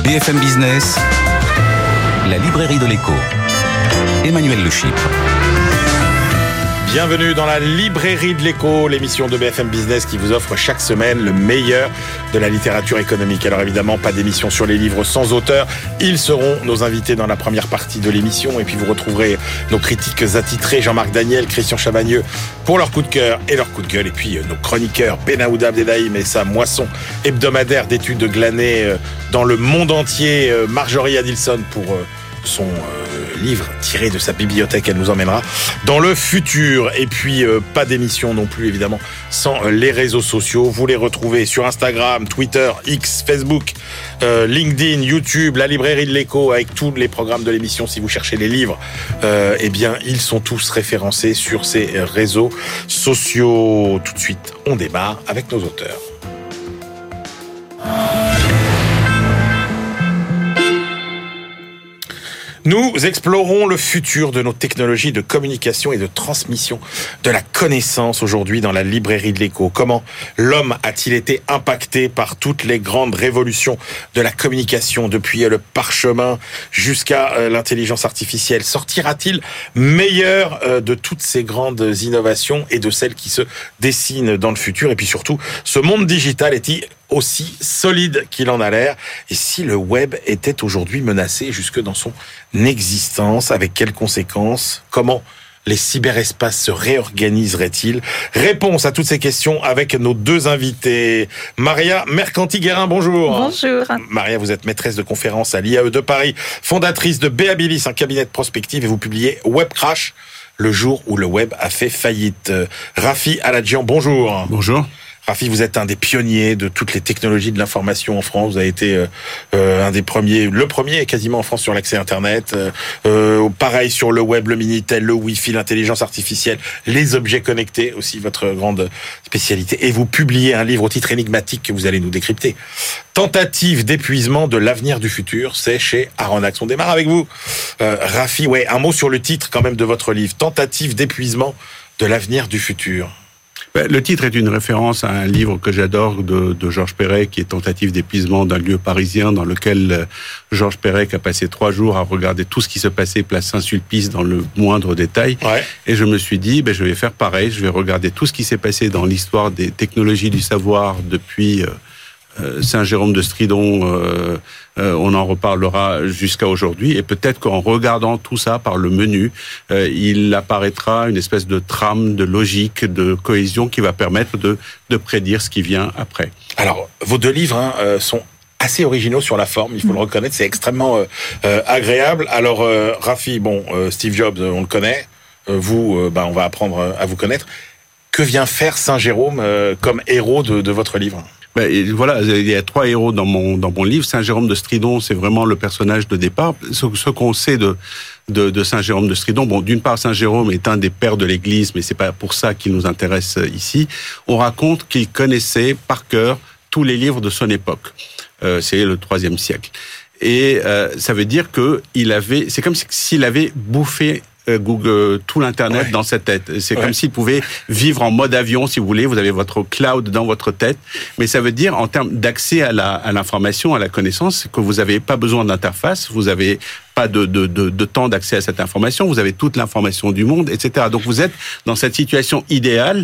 BFM Business, la librairie de l'écho. Emmanuel Le Chypre. Bienvenue dans la librairie de l'écho, l'émission de BFM Business qui vous offre chaque semaine le meilleur de la littérature économique. Alors évidemment, pas d'émission sur les livres sans auteur. Ils seront nos invités dans la première partie de l'émission. Et puis vous retrouverez nos critiques attitrés, Jean-Marc Daniel, Christian Chavagneux, pour leur coup de cœur et leur coup de gueule. Et puis nos chroniqueurs, Benaouda Abdelhaim et sa moisson hebdomadaire d'études glanées dans le monde entier. Marjorie Adilson pour son livre tiré de sa bibliothèque, elle nous emmènera dans le futur. Et puis pas d'émission non plus évidemment sans les réseaux sociaux. Vous les retrouvez sur Instagram, Twitter, X, Facebook, LinkedIn, YouTube, la librairie de l'écho avec tous les programmes de l'émission. Si vous cherchez les livres, eh bien ils sont tous référencés sur ces réseaux sociaux. Tout de suite, on démarre avec nos auteurs. Nous explorons le futur de nos technologies de communication et de transmission de la connaissance aujourd'hui dans la librairie de l'écho. Comment l'homme a-t-il été impacté par toutes les grandes révolutions de la communication depuis le parchemin jusqu'à l'intelligence artificielle? Sortira-t-il meilleur de toutes ces grandes innovations et de celles qui se dessinent dans le futur? Et puis surtout, ce monde digital est-il aussi solide qu'il en a l'air? Et si le web était aujourd'hui menacé jusque dans son existence, avec quelles conséquences? Comment les cyberespaces se réorganiseraient-ils? Réponse à toutes ces questions avec nos deux invités. Maria Mercanti-Guérin, bonjour. Bonjour. Maria, vous êtes maîtresse de conférences à l'IAE de Paris, fondatrice de Beabilis, un cabinet de prospective, et vous publiez Web Crash, le jour où le web a fait faillite. Rafi Aladjian, bonjour. Bonjour. Rafi, vous êtes un des pionniers de toutes les technologies de l'information en France. Vous avez été un des premiers, le premier quasiment en France sur l'accès Internet. Pareil sur le web, le Minitel, le Wi-Fi, l'intelligence artificielle, les objets connectés, aussi votre grande spécialité. Et vous publiez un livre au titre énigmatique que vous allez nous décrypter. Tentative d'épuisement de l'avenir du futur, c'est chez Aronnax. On démarre avec vous. Rafi, ouais, un mot sur le titre quand même de votre livre. Tentative d'épuisement de l'avenir du futur. Le titre est une référence à un livre que j'adore de Georges Perec, qui est Tentative d'épuisement d'un lieu parisien, dans lequel Georges Perec a passé 3 jours à regarder tout ce qui se passait place Saint-Sulpice dans le moindre détail. Ouais. Et je me suis dit, je vais faire pareil, je vais regarder tout ce qui s'est passé dans l'histoire des technologies du savoir depuis Saint-Jérôme de Stridon, on en reparlera jusqu'à aujourd'hui, et peut-être qu'en regardant tout ça par le menu, il apparaîtra une espèce de trame, de logique, de cohésion qui va permettre de prédire ce qui vient après. Alors, vos deux livres sont assez originaux sur la forme, il faut le reconnaître, c'est extrêmement agréable. Alors, Rafi, Steve Jobs, on le connaît, vous, on va apprendre à vous connaître. Que vient faire Saint-Jérôme comme héros de votre livre ? Voilà, il y a 3 héros dans mon livre. Saint-Jérôme de Stridon, c'est vraiment le personnage de départ. Ce qu'on sait de Saint-Jérôme de Stridon, d'une part, Saint-Jérôme est un des pères de l'Église, mais c'est pas pour ça qu'il nous intéresse ici. On raconte qu'il connaissait par cœur tous les livres de son époque. C'est le IIIe siècle. Et ça veut dire que c'est comme s'il avait bouffé Google, tout l'Internet dans sa tête. C'est comme s'il pouvait vivre en mode avion, si vous voulez. Vous avez votre cloud dans votre tête. Mais ça veut dire, en termes d'accès à l'information, à la connaissance, que vous n'avez pas besoin d'interface, vous n'avez pas de temps d'accès à cette information, vous avez toute l'information du monde, etc. Donc vous êtes dans cette situation idéale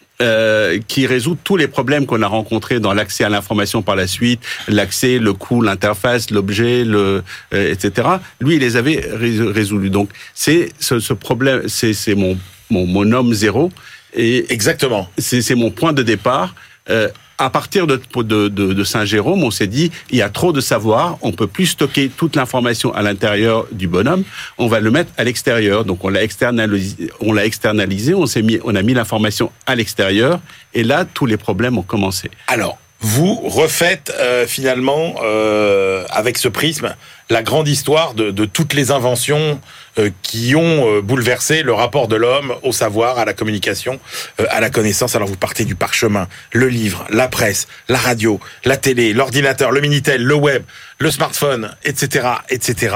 qui résout tous les problèmes qu'on a rencontrés dans l'accès à l'information par la suite, l'accès, le coût, l'interface, l'objet, etc. Lui, il les avait résolus. Donc, c'est ce problème, c'est mon homme zéro. Et exactement. C'est mon point de départ. À partir de Saint-Jérôme, on s'est dit, il y a trop de savoir, on peut plus stocker toute l'information à l'intérieur du bonhomme, on va le mettre à l'extérieur. Donc on l'a externalisé, on a mis l'information à l'extérieur, et là, tous les problèmes ont commencé. Alors, vous refaites finalement, avec ce prisme, la grande histoire de toutes les inventions qui ont bouleversé le rapport de l'homme au savoir, à la communication, à la connaissance. Alors vous partez du parchemin, le livre, la presse, la radio, la télé, l'ordinateur, le Minitel, le web, le smartphone, etc., etc.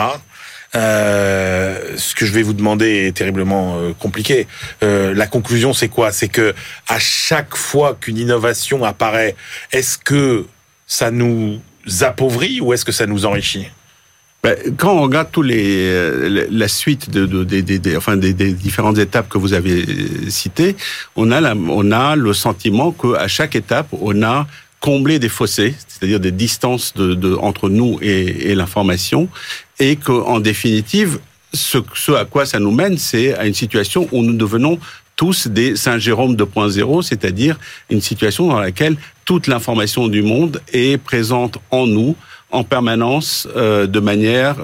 Ce que je vais vous demander est terriblement compliqué. La conclusion, c'est quoi? C'est que à chaque fois qu'une innovation apparaît, est-ce que ça nous appauvrit ou est-ce que ça nous enrichit ? Quand on regarde la suite des différentes étapes que vous avez citées, on a le sentiment qu'à chaque étape, on a comblé des fossés, c'est-à-dire des distances entre nous et l'information, et qu'en définitive, ce à quoi ça nous mène, c'est à une situation où nous devenons tous des Saint-Jérôme 2.0, c'est-à-dire une situation dans laquelle toute l'information du monde est présente en nous, en permanence, de manière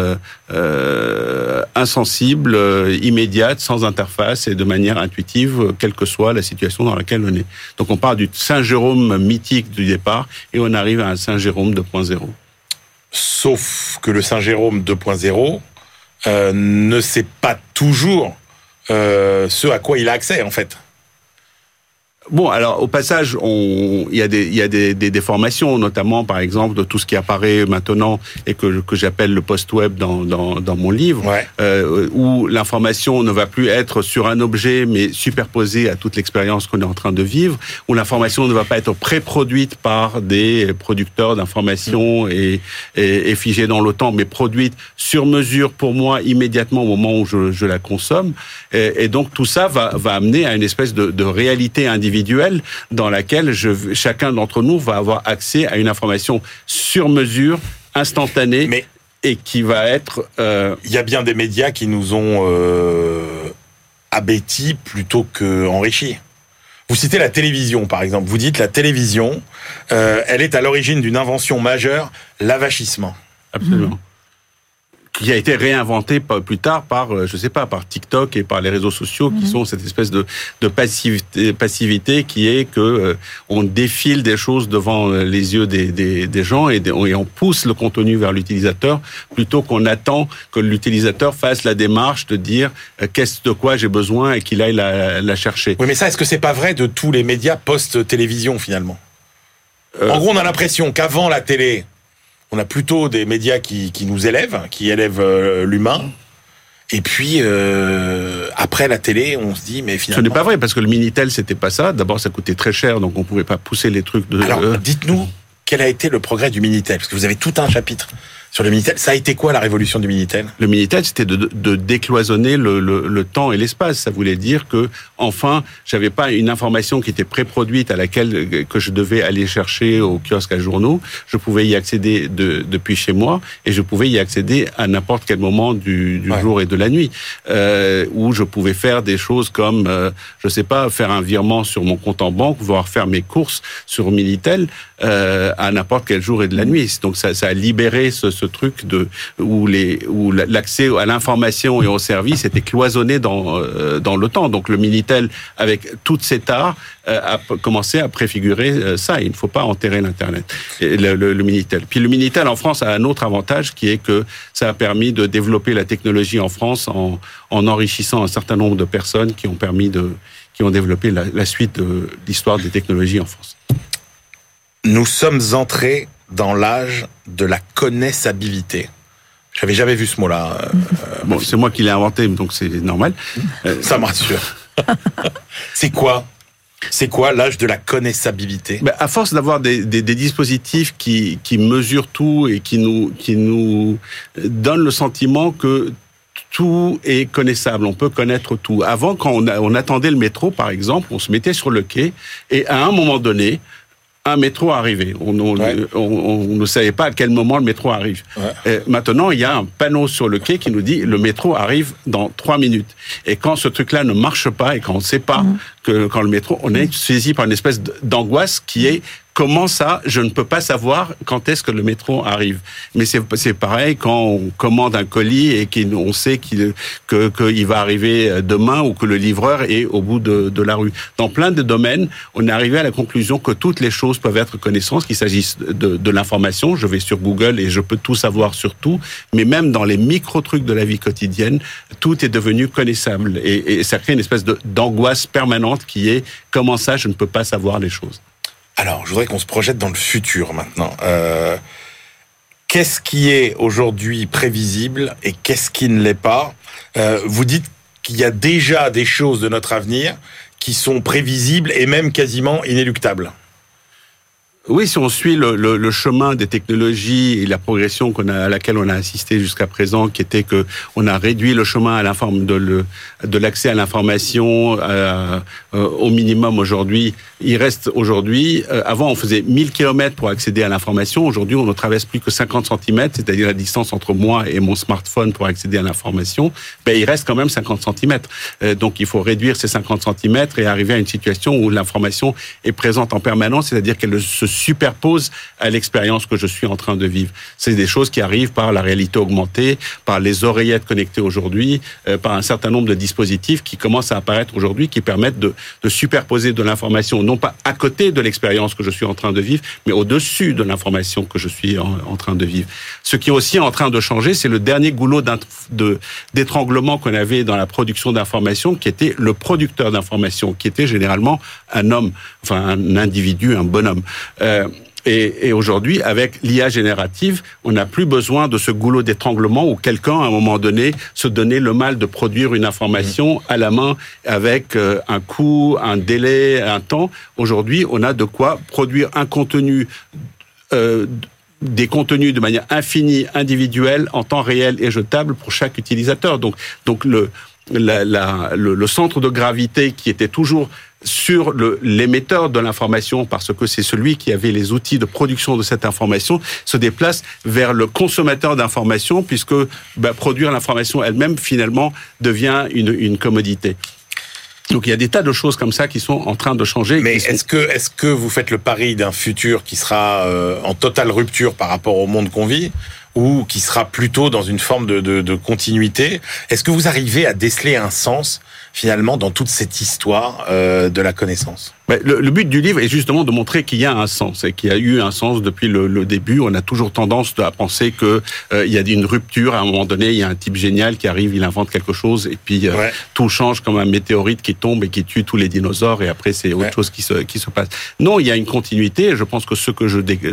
insensible, immédiate, sans interface et de manière intuitive, quelle que soit la situation dans laquelle on est. Donc on part du Saint-Jérôme mythique du départ et on arrive à un Saint-Jérôme 2.0. Sauf que le Saint-Jérôme 2.0 ne sait pas toujours ce à quoi il a accès, en fait. Bon, alors au passage, il y a des déformations, notamment par exemple de tout ce qui apparaît maintenant et que j'appelle le post-web dans mon livre, ouais. Où l'information ne va plus être sur un objet mais superposée à toute l'expérience qu'on est en train de vivre, où l'information ne va pas être pré-produite par des producteurs d'informations et figée dans le temps, mais produite sur mesure pour moi immédiatement au moment où je la consomme. Et donc tout ça va amener à une espèce de réalité individuelle dans laquelle chacun d'entre nous va avoir accès à une information sur mesure, instantanée, et qui va être... Il y a bien des médias qui nous ont abêtis plutôt qu'enrichis. Vous citez la télévision, par exemple. Vous dites la télévision, elle est à l'origine d'une invention majeure, l'avachissement. Absolument. Qui a été réinventé plus tard par TikTok et par les réseaux sociaux, qui sont cette espèce de passivité qui est que on défile des choses devant les yeux des gens et on pousse le contenu vers l'utilisateur plutôt qu'on attend que l'utilisateur fasse la démarche de dire de quoi j'ai besoin et qu'il aille la chercher. Oui, mais ça, est-ce que c'est pas vrai de tous les médias post-télévision finalement ? En gros, on a l'impression qu'avant la télé, on a plutôt des médias qui nous élèvent, qui élèvent l'humain. Et puis, après la télé, on se dit, mais finalement... Ce n'est pas vrai, parce que le Minitel, c'était pas ça. D'abord, ça coûtait très cher, donc on pouvait pas pousser les trucs de... Alors, dites-nous, quel a été le progrès du Minitel ? Parce que vous avez tout un chapitre sur le Minitel. Ça a été quoi, la révolution du Minitel ? Le Minitel, c'était de décloisonner le temps et l'espace. Ça voulait dire que, enfin, j'avais pas une information qui était pré-produite à laquelle que je devais aller chercher au kiosque à journaux. Je pouvais y accéder depuis chez moi et je pouvais y accéder à n'importe quel moment du jour et de la nuit. Où je pouvais faire des choses comme, je sais pas, faire un virement sur mon compte en banque, voire faire mes courses sur Minitel à n'importe quel jour et de la nuit. Donc ça a libéré ce truc où l'accès à l'information et au service était cloisonné dans le temps. Donc le Minitel, avec toutes ses tares, a commencé à préfigurer ça. Il ne faut pas enterrer l'Internet, le Minitel. Puis le Minitel en France a un autre avantage qui est que ça a permis de développer la technologie en France en enrichissant un certain nombre de personnes qui ont développé la suite de l'histoire des technologies en France. Nous sommes entrés dans l'âge de la connaissabilité. J'avais jamais vu ce mot-là. Bon, c'est moi qui l'ai inventé, donc c'est normal. Ça me rassure. C'est quoi l'âge de la connaissabilité ? À force d'avoir des dispositifs qui mesurent tout et qui nous donnent le sentiment que tout est connaissable, on peut connaître tout. Avant, quand on attendait le métro, par exemple, on se mettait sur le quai et à un moment donné, un métro arrivait. On ne savait pas à quel moment le métro arrive. Ouais. Maintenant, il y a un panneau sur le quai qui nous dit le métro arrive dans 3 minutes. Et quand ce truc-là ne marche pas et quand on ne sait pas quand le métro, on est saisi par une espèce d'angoisse qui est comment ça, je ne peux pas savoir quand est-ce que le métro arrive. Mais c'est pareil quand on commande un colis et qu'on sait qu'il va arriver demain ou que le livreur est au bout de la rue. Dans plein de domaines, on est arrivé à la conclusion que toutes les choses peuvent être connaissances, qu'il s'agisse de l'information. Je vais sur Google et je peux tout savoir sur tout. Mais même dans les micro-trucs de la vie quotidienne, tout est devenu connaissable. Et ça crée une espèce d'angoisse permanente qui est comment ça, je ne peux pas savoir les choses. Alors, je voudrais qu'on se projette dans le futur maintenant. Qu'est-ce qui est aujourd'hui prévisible et qu'est-ce qui ne l'est pas ? Vous dites qu'il y a déjà des choses de notre avenir qui sont prévisibles et même quasiment inéluctables. Oui, si on suit le chemin des technologies et la progression à laquelle on a assisté jusqu'à présent, qui était que on a réduit le chemin de l'accès à l'information au minimum aujourd'hui. Il reste aujourd'hui, avant on faisait 1000 km pour accéder à l'information. Aujourd'hui, on ne traverse plus que 50 cm, c'est-à-dire la distance entre moi et mon smartphone pour accéder à l'information. Il reste quand même 50 cm. Donc il faut réduire ces 50 cm et arriver à une situation où l'information est présente en permanence, c'est-à-dire qu'elle se superpose à l'expérience que je suis en train de vivre. C'est des choses qui arrivent par la réalité augmentée, par les oreillettes connectées aujourd'hui, par un certain nombre de dispositifs qui commencent à apparaître aujourd'hui, qui permettent de superposer de l'information, non pas à côté de l'expérience que je suis en train de vivre, mais au-dessus de l'information que je suis en train de vivre. Ce qui est aussi en train de changer, c'est le dernier goulot d'étranglement qu'on avait dans la production d'informations, qui était le producteur d'informations, qui était généralement un homme, enfin un individu, un bonhomme. Et aujourd'hui, avec l'IA générative, on n'a plus besoin de ce goulot d'étranglement où quelqu'un, à un moment donné, se donnait le mal de produire une information à la main avec un coût, un délai, un temps. Aujourd'hui, on a de quoi produire un contenu, des contenus de manière infinie, individuelle, en temps réel et jetable pour chaque utilisateur. Donc le centre de gravité qui était toujours sur l'émetteur de l'information, parce que c'est celui qui avait les outils de production de cette information, se déplace vers le consommateur d'information, puisque produire l'information elle-même, finalement, devient une commodité. Donc il y a des tas de choses comme ça qui sont en train de changer. Mais est-ce que vous faites le pari d'un futur qui sera en totale rupture par rapport au monde qu'on vit, ou qui sera plutôt dans une forme de continuité? Est-ce que vous arrivez à déceler un sens, finalement, dans toute cette histoire de la connaissance? Le but du livre est justement de montrer qu'il y a un sens, et qu'il y a eu un sens depuis le début. On a toujours tendance à penser que il y a une rupture. À un moment donné, il y a un type génial qui arrive, il invente quelque chose, et puis tout change comme un météorite qui tombe et qui tue tous les dinosaures, et après c'est autre chose qui se passe. Non, il y a une continuité. Je pense que ce que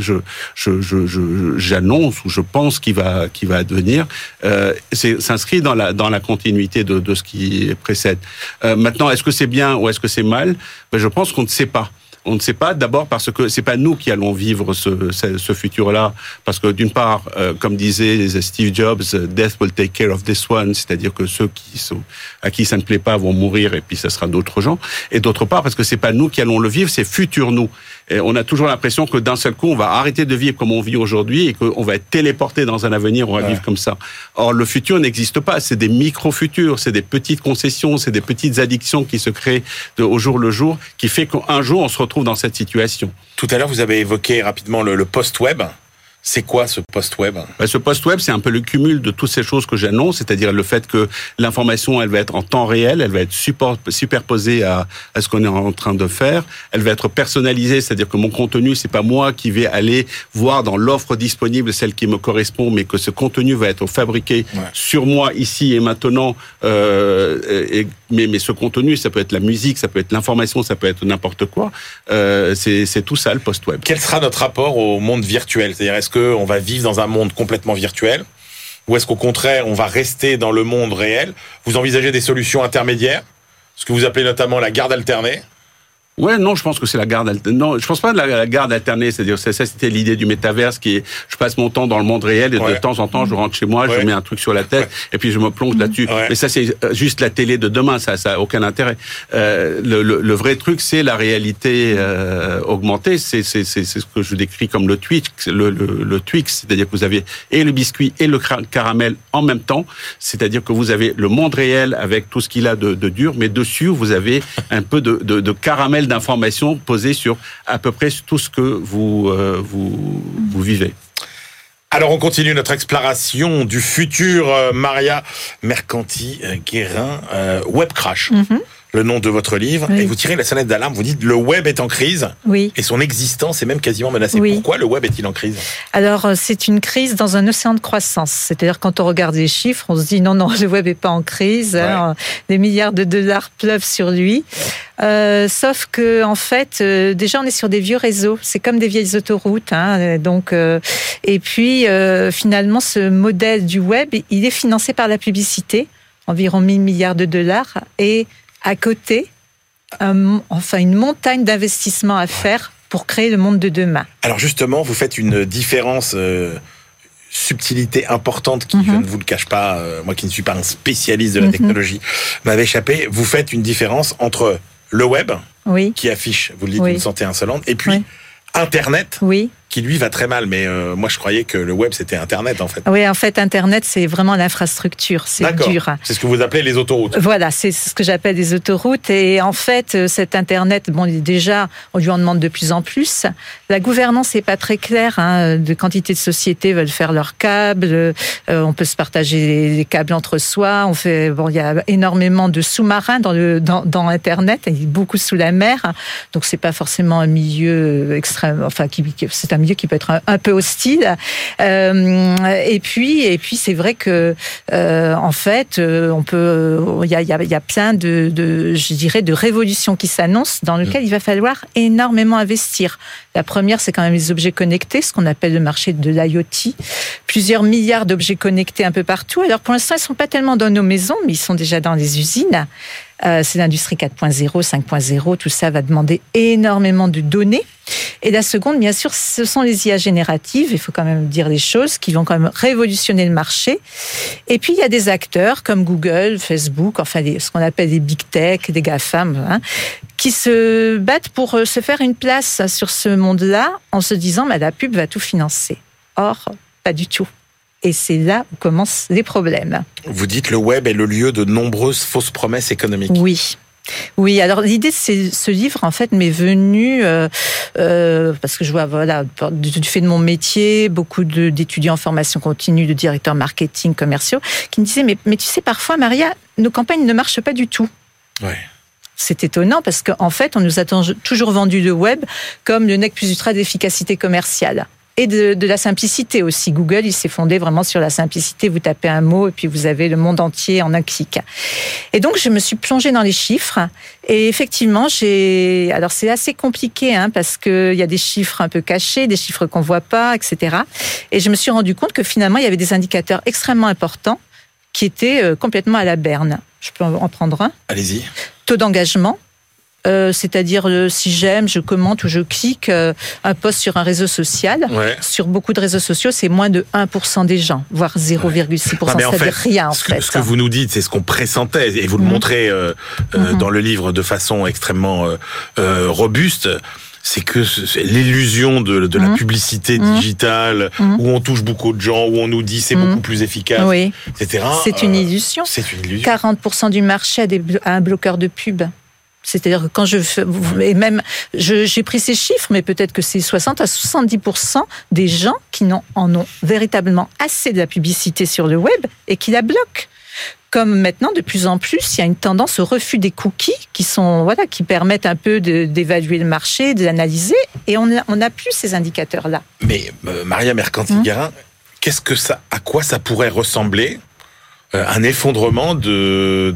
j'annonce, ou je pense qui va advenir, s'inscrit dans la continuité de ce qui précède. Maintenant, est-ce que c'est bien ou est-ce que c'est mal? Je pense qu'on ne sait pas. On ne sait pas, d'abord parce que c'est pas nous qui allons vivre ce futur-là, parce que d'une part, comme disait Steve Jobs, death will take care of this one, c'est-à-dire que ceux à qui ça ne plaît pas vont mourir, et puis ça sera d'autres gens. Et d'autre part, parce que c'est pas nous qui allons le vivre, c'est futur nous. Et on a toujours l'impression que d'un seul coup, on va arrêter de vivre comme on vit aujourd'hui, et qu'on va être téléporté dans un avenir où on va vivre comme ça. Or, le futur n'existe pas. C'est des micro-futurs, c'est des petites concessions, c'est des petites addictions qui se créent au jour le jour, qui fait qu'un jour, on se retrouve dans cette situation. Tout à l'heure, vous avez évoqué rapidement le post-web. C'est quoi ce post-web? Ce post-web, c'est un peu le cumul de toutes ces choses que j'annonce, c'est-à-dire le fait que l'information, elle va être en temps réel, elle va être superposée à ce qu'on est en train de faire, elle va être personnalisée, c'est-à-dire que mon contenu, c'est pas moi qui vais aller voir dans l'offre disponible celle qui me correspond, mais que ce contenu va être fabriqué sur moi, ici et maintenant, mais ce contenu, ça peut être la musique, ça peut être l'information, ça peut être n'importe quoi, c'est tout ça, le post-web. Quel sera notre rapport au monde virtuel? C'est-à-dire, est-ce qu'on va vivre dans un monde complètement virtuel, ou est-ce qu'au contraire, on va rester dans le monde réel? Vous envisagez des solutions intermédiaires, ce que vous appelez notamment la garde alternée? Ouais, non, je pense que c'est la garde alternée. Non, je pense pas de la garde alternée. C'est-à-dire, ça, c'était l'idée du métaverse qui est, je passe mon temps dans le monde réel et de temps en temps, je rentre chez moi, je mets un truc sur la tête et puis je me plonge là-dessus. Mais ça, c'est juste la télé de demain. Ça a aucun intérêt. Le vrai truc, c'est la réalité augmentée. C'est ce que je décris comme le Twix. Le Twix, c'est-à-dire que vous avez et le biscuit et le caramel en même temps. C'est-à-dire que vous avez le monde réel avec tout ce qu'il a de dur, mais dessus, vous avez un peu de caramel d'informations posées sur à peu près tout ce que vous vivez. Alors on continue notre exploration du futur, Maria Mercanti-Guérin, Web Crash. Le nom de votre livre, et vous tirez la sonnette d'alarme, vous dites le web est en crise, et son existence est même quasiment menacée. Pourquoi le web est-il en crise? Alors, c'est une crise dans un océan de croissance. C'est-à-dire, quand on regarde les chiffres, on se dit non, le web n'est pas en crise, des milliards de dollars pleuvent sur lui. Sauf que, en fait, déjà, on est sur des vieux réseaux. C'est comme des vieilles autoroutes, et puis, finalement, ce modèle du web, il est financé par la publicité, environ 1000 milliards de dollars, et à côté, une montagne d'investissements à faire pour créer le monde de demain. Alors justement, vous faites une différence, subtilité importante qui, je ne vous le cache pas, moi qui ne suis pas un spécialiste de la technologie, m'avait échappé. Vous faites une différence entre le web, qui affiche, vous le dites, une santé insolente, et puis Internet, qui lui va très mal. Mais moi, je croyais que le web, c'était Internet, en fait. Oui, en fait, Internet, c'est vraiment l'infrastructure. C'est dur. C'est ce que vous appelez les autoroutes. Voilà, c'est ce que j'appelle les autoroutes. Et en fait, cet Internet, bon, déjà, on lui en demande de plus en plus. La gouvernance n'est pas très claire. De quantité de sociétés veulent faire leurs câbles. On peut se partager les câbles entre soi. Il y a énormément de sous-marins dans Internet. Il y a beaucoup sous la mer. Donc, c'est pas forcément un milieu extrême. Enfin, c'est un milieu qui peut être un peu hostile. Et puis, c'est vrai que, en fait, il y a plein je dirais, de révolutions qui s'annoncent dans lesquelles il va falloir énormément investir. La première, c'est quand même les objets connectés, ce qu'on appelle le marché de l'IoT. Plusieurs milliards d'objets connectés un peu partout. Alors, pour l'instant, ils sont pas tellement dans nos maisons, mais ils sont déjà dans les usines. C'est l'industrie 4.0, 5.0, tout ça va demander énormément de données. Et la seconde, bien sûr, ce sont les IA génératives, il faut quand même dire les choses, qui vont quand même révolutionner le marché. Et puis, il y a des acteurs comme Google, Facebook, enfin ce qu'on appelle les big tech, des GAFAM, qui se battent pour se faire une place sur ce monde-là en se disant la pub va tout financer. Or, pas du tout. Et c'est là où commencent les problèmes. Vous dites le web est le lieu de nombreuses fausses promesses économiques. Oui, alors l'idée de ce livre, en fait, m'est venue parce que je vois, du fait de mon métier, beaucoup d'étudiants en formation continue, de directeurs marketing, commerciaux, qui me disaient, mais tu sais, parfois, Maria, nos campagnes ne marchent pas du tout. Ouais. C'est étonnant parce qu'en fait, on nous a toujours vendu le web comme le nec plus ultra d'efficacité commerciale. Et de la simplicité aussi. Google, il s'est fondé vraiment sur la simplicité. Vous tapez un mot et puis vous avez le monde entier en un clic. Et donc, je me suis plongée dans les chiffres. Et effectivement, alors c'est assez compliqué, parce qu'il y a des chiffres un peu cachés, des chiffres qu'on voit pas, etc. Et je me suis rendu compte que finalement, il y avait des indicateurs extrêmement importants qui étaient complètement à la berne. Je peux en prendre un. Allez-y. Taux d'engagement. C'est-à-dire si j'aime, je commente ou je clique un post sur un réseau social. Sur beaucoup de réseaux sociaux, c'est moins de 1% des gens, voire 0,6%. C'est-à-dire rien, en fait. Ce que vous nous dites, c'est ce qu'on pressentait, et vous le montrez dans le livre de façon extrêmement robuste. C'est que l'illusion de la publicité digitale, où on touche beaucoup de gens, où on nous dit c'est beaucoup plus efficace, etc. C'est une illusion. 40% du marché a un bloqueur de pub. C'est-à-dire que quand j'ai pris ces chiffres, mais peut-être que c'est 60 à 70% des gens qui en ont véritablement assez de la publicité sur le web et qui la bloquent. Comme maintenant, de plus en plus, il y a une tendance au refus des cookies qui permettent un peu d'évaluer le marché, de l'analyser, et on n'a plus ces indicateurs-là. Mais Maria Mercanti-Guérin, à quoi ça pourrait ressembler un effondrement d'Internet ?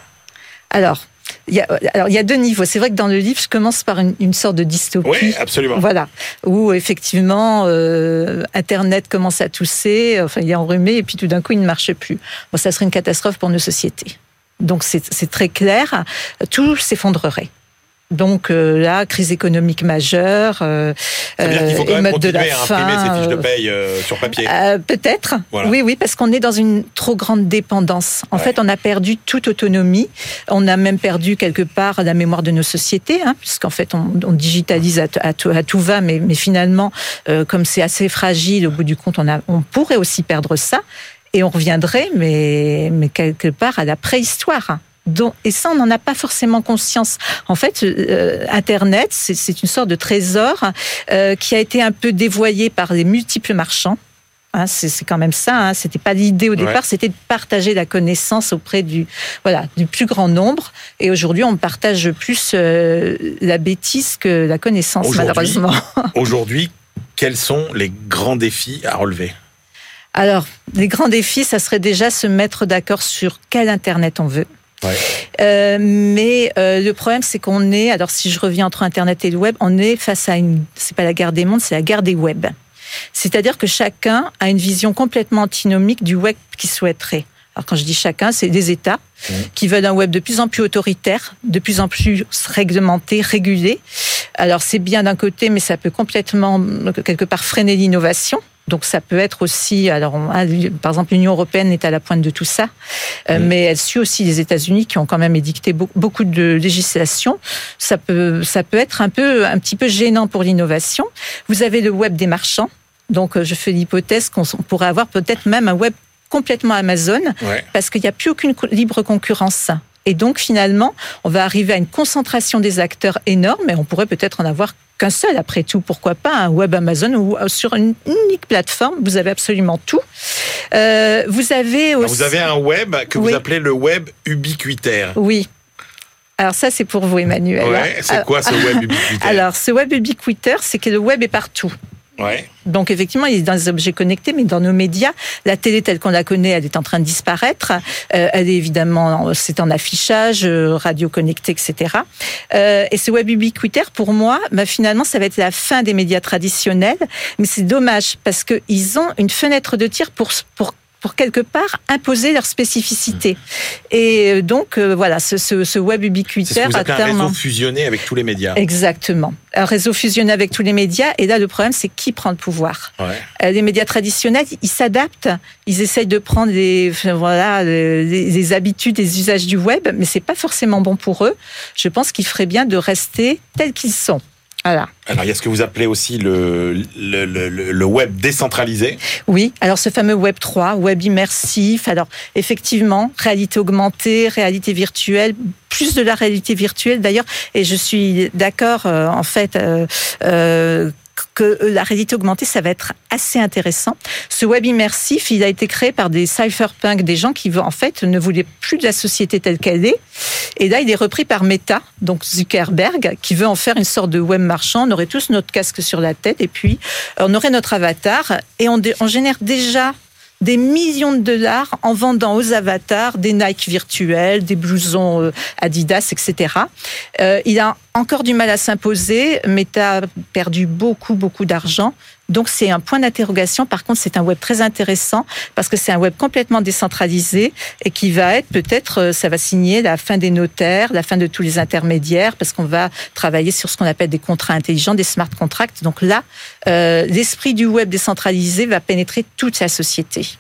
Alors, il y a deux niveaux. C'est vrai que dans le livre, je commence par une sorte de dystopie. Oui, absolument. Voilà. Où, effectivement, Internet commence à tousser, il est enrhumé, et puis tout d'un coup, il ne marche plus. Bon, ça serait une catastrophe pour nos sociétés. Donc, c'est très clair. Tout s'effondrerait. Donc là, crise économique majeure, c'est-à-dire qu'il faut quand même continuer à imprimer ces fiches de paye sur papier. Peut-être, voilà. Oui, parce qu'on est dans une trop grande dépendance. En fait, on a perdu toute autonomie. On a même perdu quelque part la mémoire de nos sociétés, puisqu'en fait, on digitalise à tout va, mais finalement, comme c'est assez fragile, au bout du compte, on pourrait aussi perdre ça, et on reviendrait, mais quelque part à la préhistoire. Et ça, on n'en a pas forcément conscience. En fait, Internet, c'est une sorte de trésor qui a été un peu dévoyé par les multiples marchands. C'est quand même ça. C'était pas l'idée au départ, c'était de partager la connaissance auprès du plus grand nombre. Et aujourd'hui, on partage plus la bêtise que la connaissance, malheureusement. Aujourd'hui, quels sont les grands défis à relever ? Alors, les grands défis, ça serait déjà se mettre d'accord sur quel Internet on veut. Mais le problème, c'est qu'on est, alors si je reviens entre Internet et le web, on est face à c'est pas la guerre des mondes, c'est la guerre des webs. C'est-à-dire que chacun a une vision complètement antinomique du web qu'il souhaiterait. Alors quand je dis chacun, c'est des États qui veulent un web de plus en plus autoritaire, de plus en plus réglementé, régulé. Alors c'est bien d'un côté, mais ça peut complètement, quelque part, freiner l'innovation. Donc ça peut être aussi, alors par exemple l'Union européenne est à la pointe de tout ça, mais elle suit aussi les États-Unis qui ont quand même édicté beaucoup de législation. Ça peut être un petit peu gênant pour l'innovation. Vous avez le web des marchands, donc je fais l'hypothèse qu'on pourrait avoir peut-être même un web complètement Amazon, parce qu'il n'y a plus aucune libre concurrence. Et donc finalement, on va arriver à une concentration des acteurs énorme, et on pourrait peut-être en avoir qu'un seul, après tout, pourquoi pas un web Amazon où sur une unique plateforme, vous avez absolument tout. Vous avez aussi... Vous avez un web que vous appelez le web ubiquitaire. Oui. Alors ça, c'est pour vous, Emmanuel. Ouais, c'est quoi ce web ubiquitaire? Alors, ce web ubiquitaire, c'est que le web est partout. Ouais. Donc effectivement, il est dans les objets connectés, mais dans nos médias, la télé telle qu'on la connaît, elle est en train de disparaître. Elle est évidemment, c'est en affichage, radio connectée, etc. Et ce web ubiquitaire, pour moi, finalement, ça va être la fin des médias traditionnels. Mais c'est dommage parce que ils ont une fenêtre de tir pour quelque part imposer leur spécificité. Et donc voilà, ce web ubiquitaire, c'est ce que vous appelez un réseau fusionné avec tous les médias. Exactement, un réseau fusionné avec tous les médias. Et là, le problème, c'est qui prend le pouvoir. Les médias traditionnels, ils s'adaptent, ils essayent de prendre les habitudes, les usages du web, mais c'est pas forcément bon pour eux. Je pense qu'il ferait bien de rester tels qu'ils sont. Voilà. Alors, il y a ce que vous appelez aussi le web décentralisé. Oui, alors ce fameux Web 3, web immersif. Alors, effectivement, réalité augmentée, réalité virtuelle, plus de la réalité virtuelle d'ailleurs. Et je suis d'accord, en fait, que la réalité augmentée, ça va être assez intéressant. Ce web immersif, il a été créé par des cypherpunks, des gens qui, en fait, ne voulaient plus de la société telle qu'elle est. Et là, il est repris par Meta, donc Zuckerberg, qui veut en faire une sorte de web marchand. On aurait tous notre casque sur la tête et puis on aurait notre avatar. Et on génère déjà des millions de dollars en vendant aux avatars des Nike virtuels, des blousons Adidas, etc. Il a encore du mal à s'imposer. Meta a perdu beaucoup d'argent. Donc, c'est un point d'interrogation. Par contre, c'est un web très intéressant parce que c'est un web complètement décentralisé et qui va être peut-être, ça va signer la fin des notaires, la fin de tous les intermédiaires parce qu'on va travailler sur ce qu'on appelle des contrats intelligents, des smart contracts. Donc là, l'esprit du web décentralisé va pénétrer toute la société.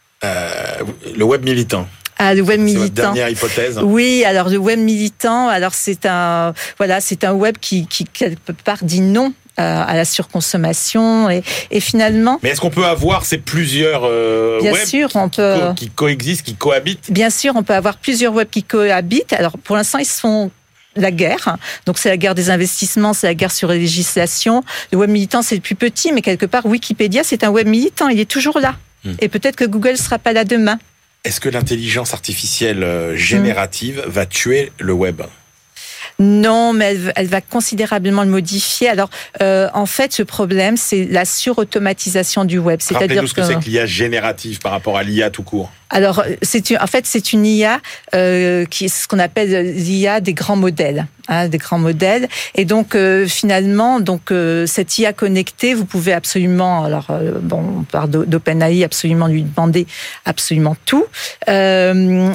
Le web militant. Ah, le web militant. C'est votre dernière hypothèse. Oui, alors le web militant, alors c'est un web qui quelque part dit non à la surconsommation et finalement. Mais est-ce qu'on peut avoir ces plusieurs bien webs sûr, on peut, qui coexistent, qui cohabitent? Bien sûr, on peut avoir plusieurs webs qui cohabitent. Alors pour l'instant, ils se font la guerre. Donc c'est la guerre des investissements, c'est la guerre sur les législations. Le web militant, c'est le plus petit, mais quelque part, Wikipédia, c'est un web militant. Il est toujours là. Et peut-être que Google ne sera pas là demain. Est-ce que l'intelligence artificielle générative va tuer le web ? Non, mais elle va considérablement le modifier. Alors, en fait, ce problème, c'est la surautomatisation du web. Rappelez-nous ce que c'est que l'IA générative par rapport à l'IA tout court. Alors, c'est une IA qui est ce qu'on appelle l'IA des grands modèles, des grands modèles. Et donc, finalement, cette IA connectée, vous pouvez absolument, on parle d'OpenAI, absolument lui demander absolument tout. Et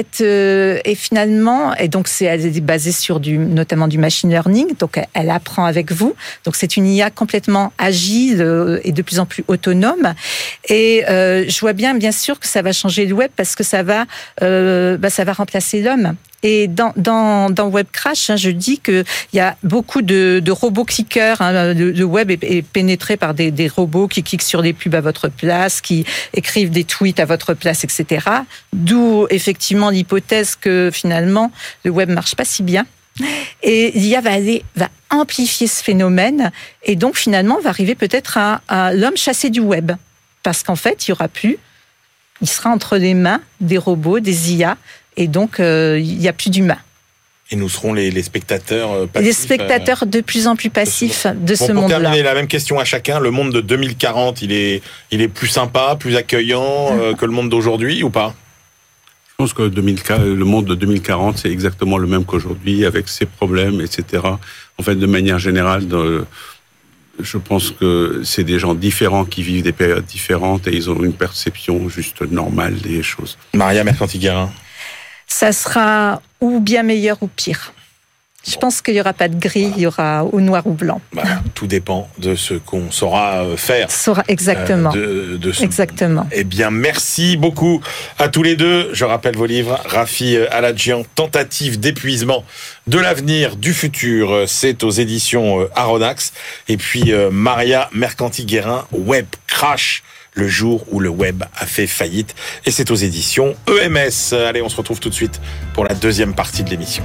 finalement, et donc elle est basée sur notamment du machine learning. Donc, elle apprend avec vous. Donc, c'est une IA complètement agile et de plus en plus autonome. Et je vois bien sûr que ça va changer le web parce que ça va remplacer l'homme. Et dans Web Crash, je dis qu'il y a beaucoup de robots clickers. Le web est pénétré par des robots qui cliquent sur des pubs à votre place, qui écrivent des tweets à votre place, etc. D'où effectivement l'hypothèse que finalement le web marche pas si bien. Et l'IA va amplifier ce phénomène et donc finalement va arriver peut-être à l'homme chassé du web. Parce qu'en fait, il sera entre les mains des robots, des IA, et donc il n'y a plus d'humains. Et nous serons les spectateurs passifs. Les spectateurs de plus en plus passifs de ce monde-là. Pour terminer, la même question à chacun, le monde de 2040, il est plus sympa, plus accueillant que le monde d'aujourd'hui ou pas ? Je pense que le monde de 2040, c'est exactement le même qu'aujourd'hui, avec ses problèmes, etc. En fait, de manière générale, Je pense que c'est des gens différents qui vivent des périodes différentes et ils ont une perception juste normale des choses. Maria Mercanti-Guérin. Ça sera ou bien meilleur ou pire. Je pense qu'il n'y aura pas de gris, il y aura ou noir ou blanc. Tout dépend de ce qu'on saura faire. Exactement. Exactement. Eh bien, merci beaucoup à tous les deux. Je rappelle vos livres. Rafi Aladjian, Tentative d'épuisement de l'avenir, du futur. C'est aux éditions Aronnax. Et puis, Maria Mercanti-Guérin, Web Crash, le jour où le web a fait faillite. Et c'est aux éditions EMS. Allez, on se retrouve tout de suite pour la deuxième partie de l'émission.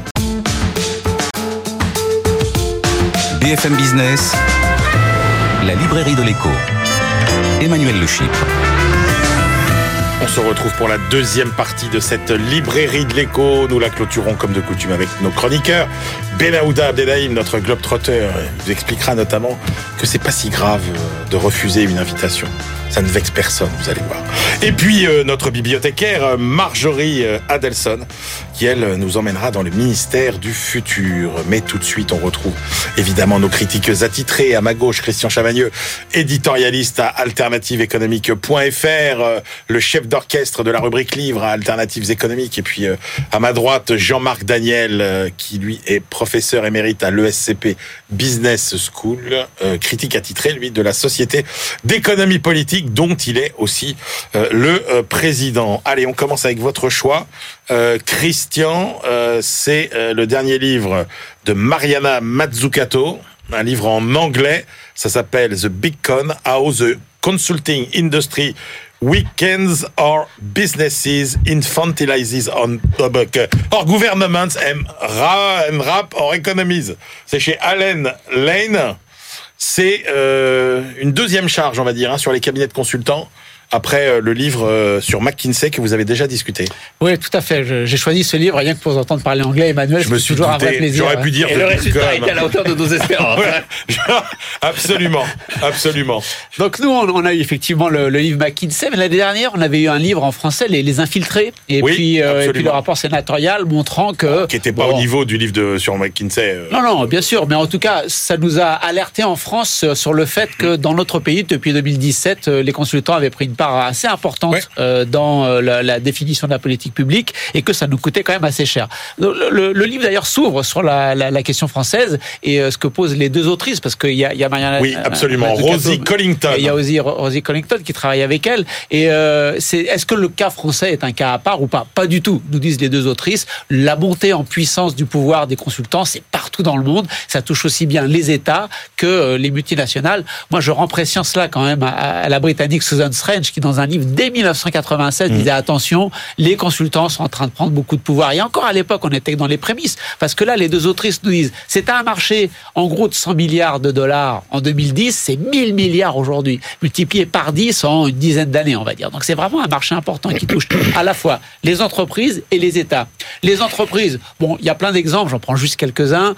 BFM Business, la librairie de l'écho. Emmanuel Le Chypre. On se retrouve pour la deuxième partie de cette librairie de l'écho. Nous la clôturons comme de coutume avec nos chroniqueurs. Benaouda Abdelhaim, notre globe-trotter, nous expliquera notamment que c'est pas si grave de refuser une invitation. Ça ne vexe personne, vous allez voir. Et puis, notre bibliothécaire, Marjorie Adelson, qui, elle, nous emmènera dans le ministère du futur. Mais tout de suite, on retrouve évidemment nos critiques attitrés. À ma gauche, Christian Chavagneux, éditorialiste à alternativeéconomique.fr, le chef d'orchestre de la rubrique livre à Alternatives économiques. Et puis, à ma droite, Jean-Marc Daniel, qui, lui, est professeur émérite à l'ESCP Business School, critique attitré, lui, de la Société d'économie politique, dont il est aussi le président. Allez, on commence avec votre choix. Christian, c'est le dernier livre de Mariana Mazzucato, un livre en anglais. Ça s'appelle The Big Con, How the Consulting Industry Weekends or Businesses Infantilizes on Public or Governments and Rap or Economies. C'est chez Allen Lane. C'est une deuxième charge, on va dire, sur les cabinets de consultants, après le livre sur McKinsey que vous avez déjà discuté. Oui, tout à fait. J'ai choisi ce livre rien que pour entendre parler anglais, Emmanuel. Je me suis toujours douté, un vrai plaisir. j'aurais pu dire et le résultat était à la hauteur de nos espérances. Absolument, absolument. Donc nous, on a eu effectivement le livre McKinsey, mais l'année dernière, on avait eu un livre en français, Les Infiltrés, et puis le rapport sénatorial montrant que... Qui n'était pas au niveau du livre sur McKinsey. Non, bien sûr, mais en tout cas, ça nous a alerté en France sur le fait que dans notre pays, depuis 2017, les consultants avaient pris une part assez importante dans la définition de la politique publique et que ça nous coûtait quand même assez cher. Le livre d'ailleurs s'ouvre sur la question française et ce que posent les deux autrices, parce qu'il y a Mariana... Oui, absolument. Rosie Collington. Il y a aussi Rosie Collington qui travaille avec elle. Et est-ce que le cas français est un cas à part ou pas? Pas du tout, nous disent les deux autrices. La montée en puissance du pouvoir des consultants, c'est partout dans le monde. Ça touche aussi bien les États que les multinationales. Moi, je rends précieux cela quand même à la Britannique Susan Strange, qui dans un livre dès 1987 disait attention, les consultants sont en train de prendre beaucoup de pouvoir. Et encore à l'époque, on était dans les prémices, parce que là, les deux autrices nous disent c'est un marché en gros de 100 milliards de dollars en 2010, c'est 1000 milliards aujourd'hui, multiplié par 10 en une dizaine d'années, on va dire. Donc c'est vraiment un marché important qui touche à la fois les entreprises et les États. Les entreprises, bon, il y a plein d'exemples, j'en prends juste quelques-uns.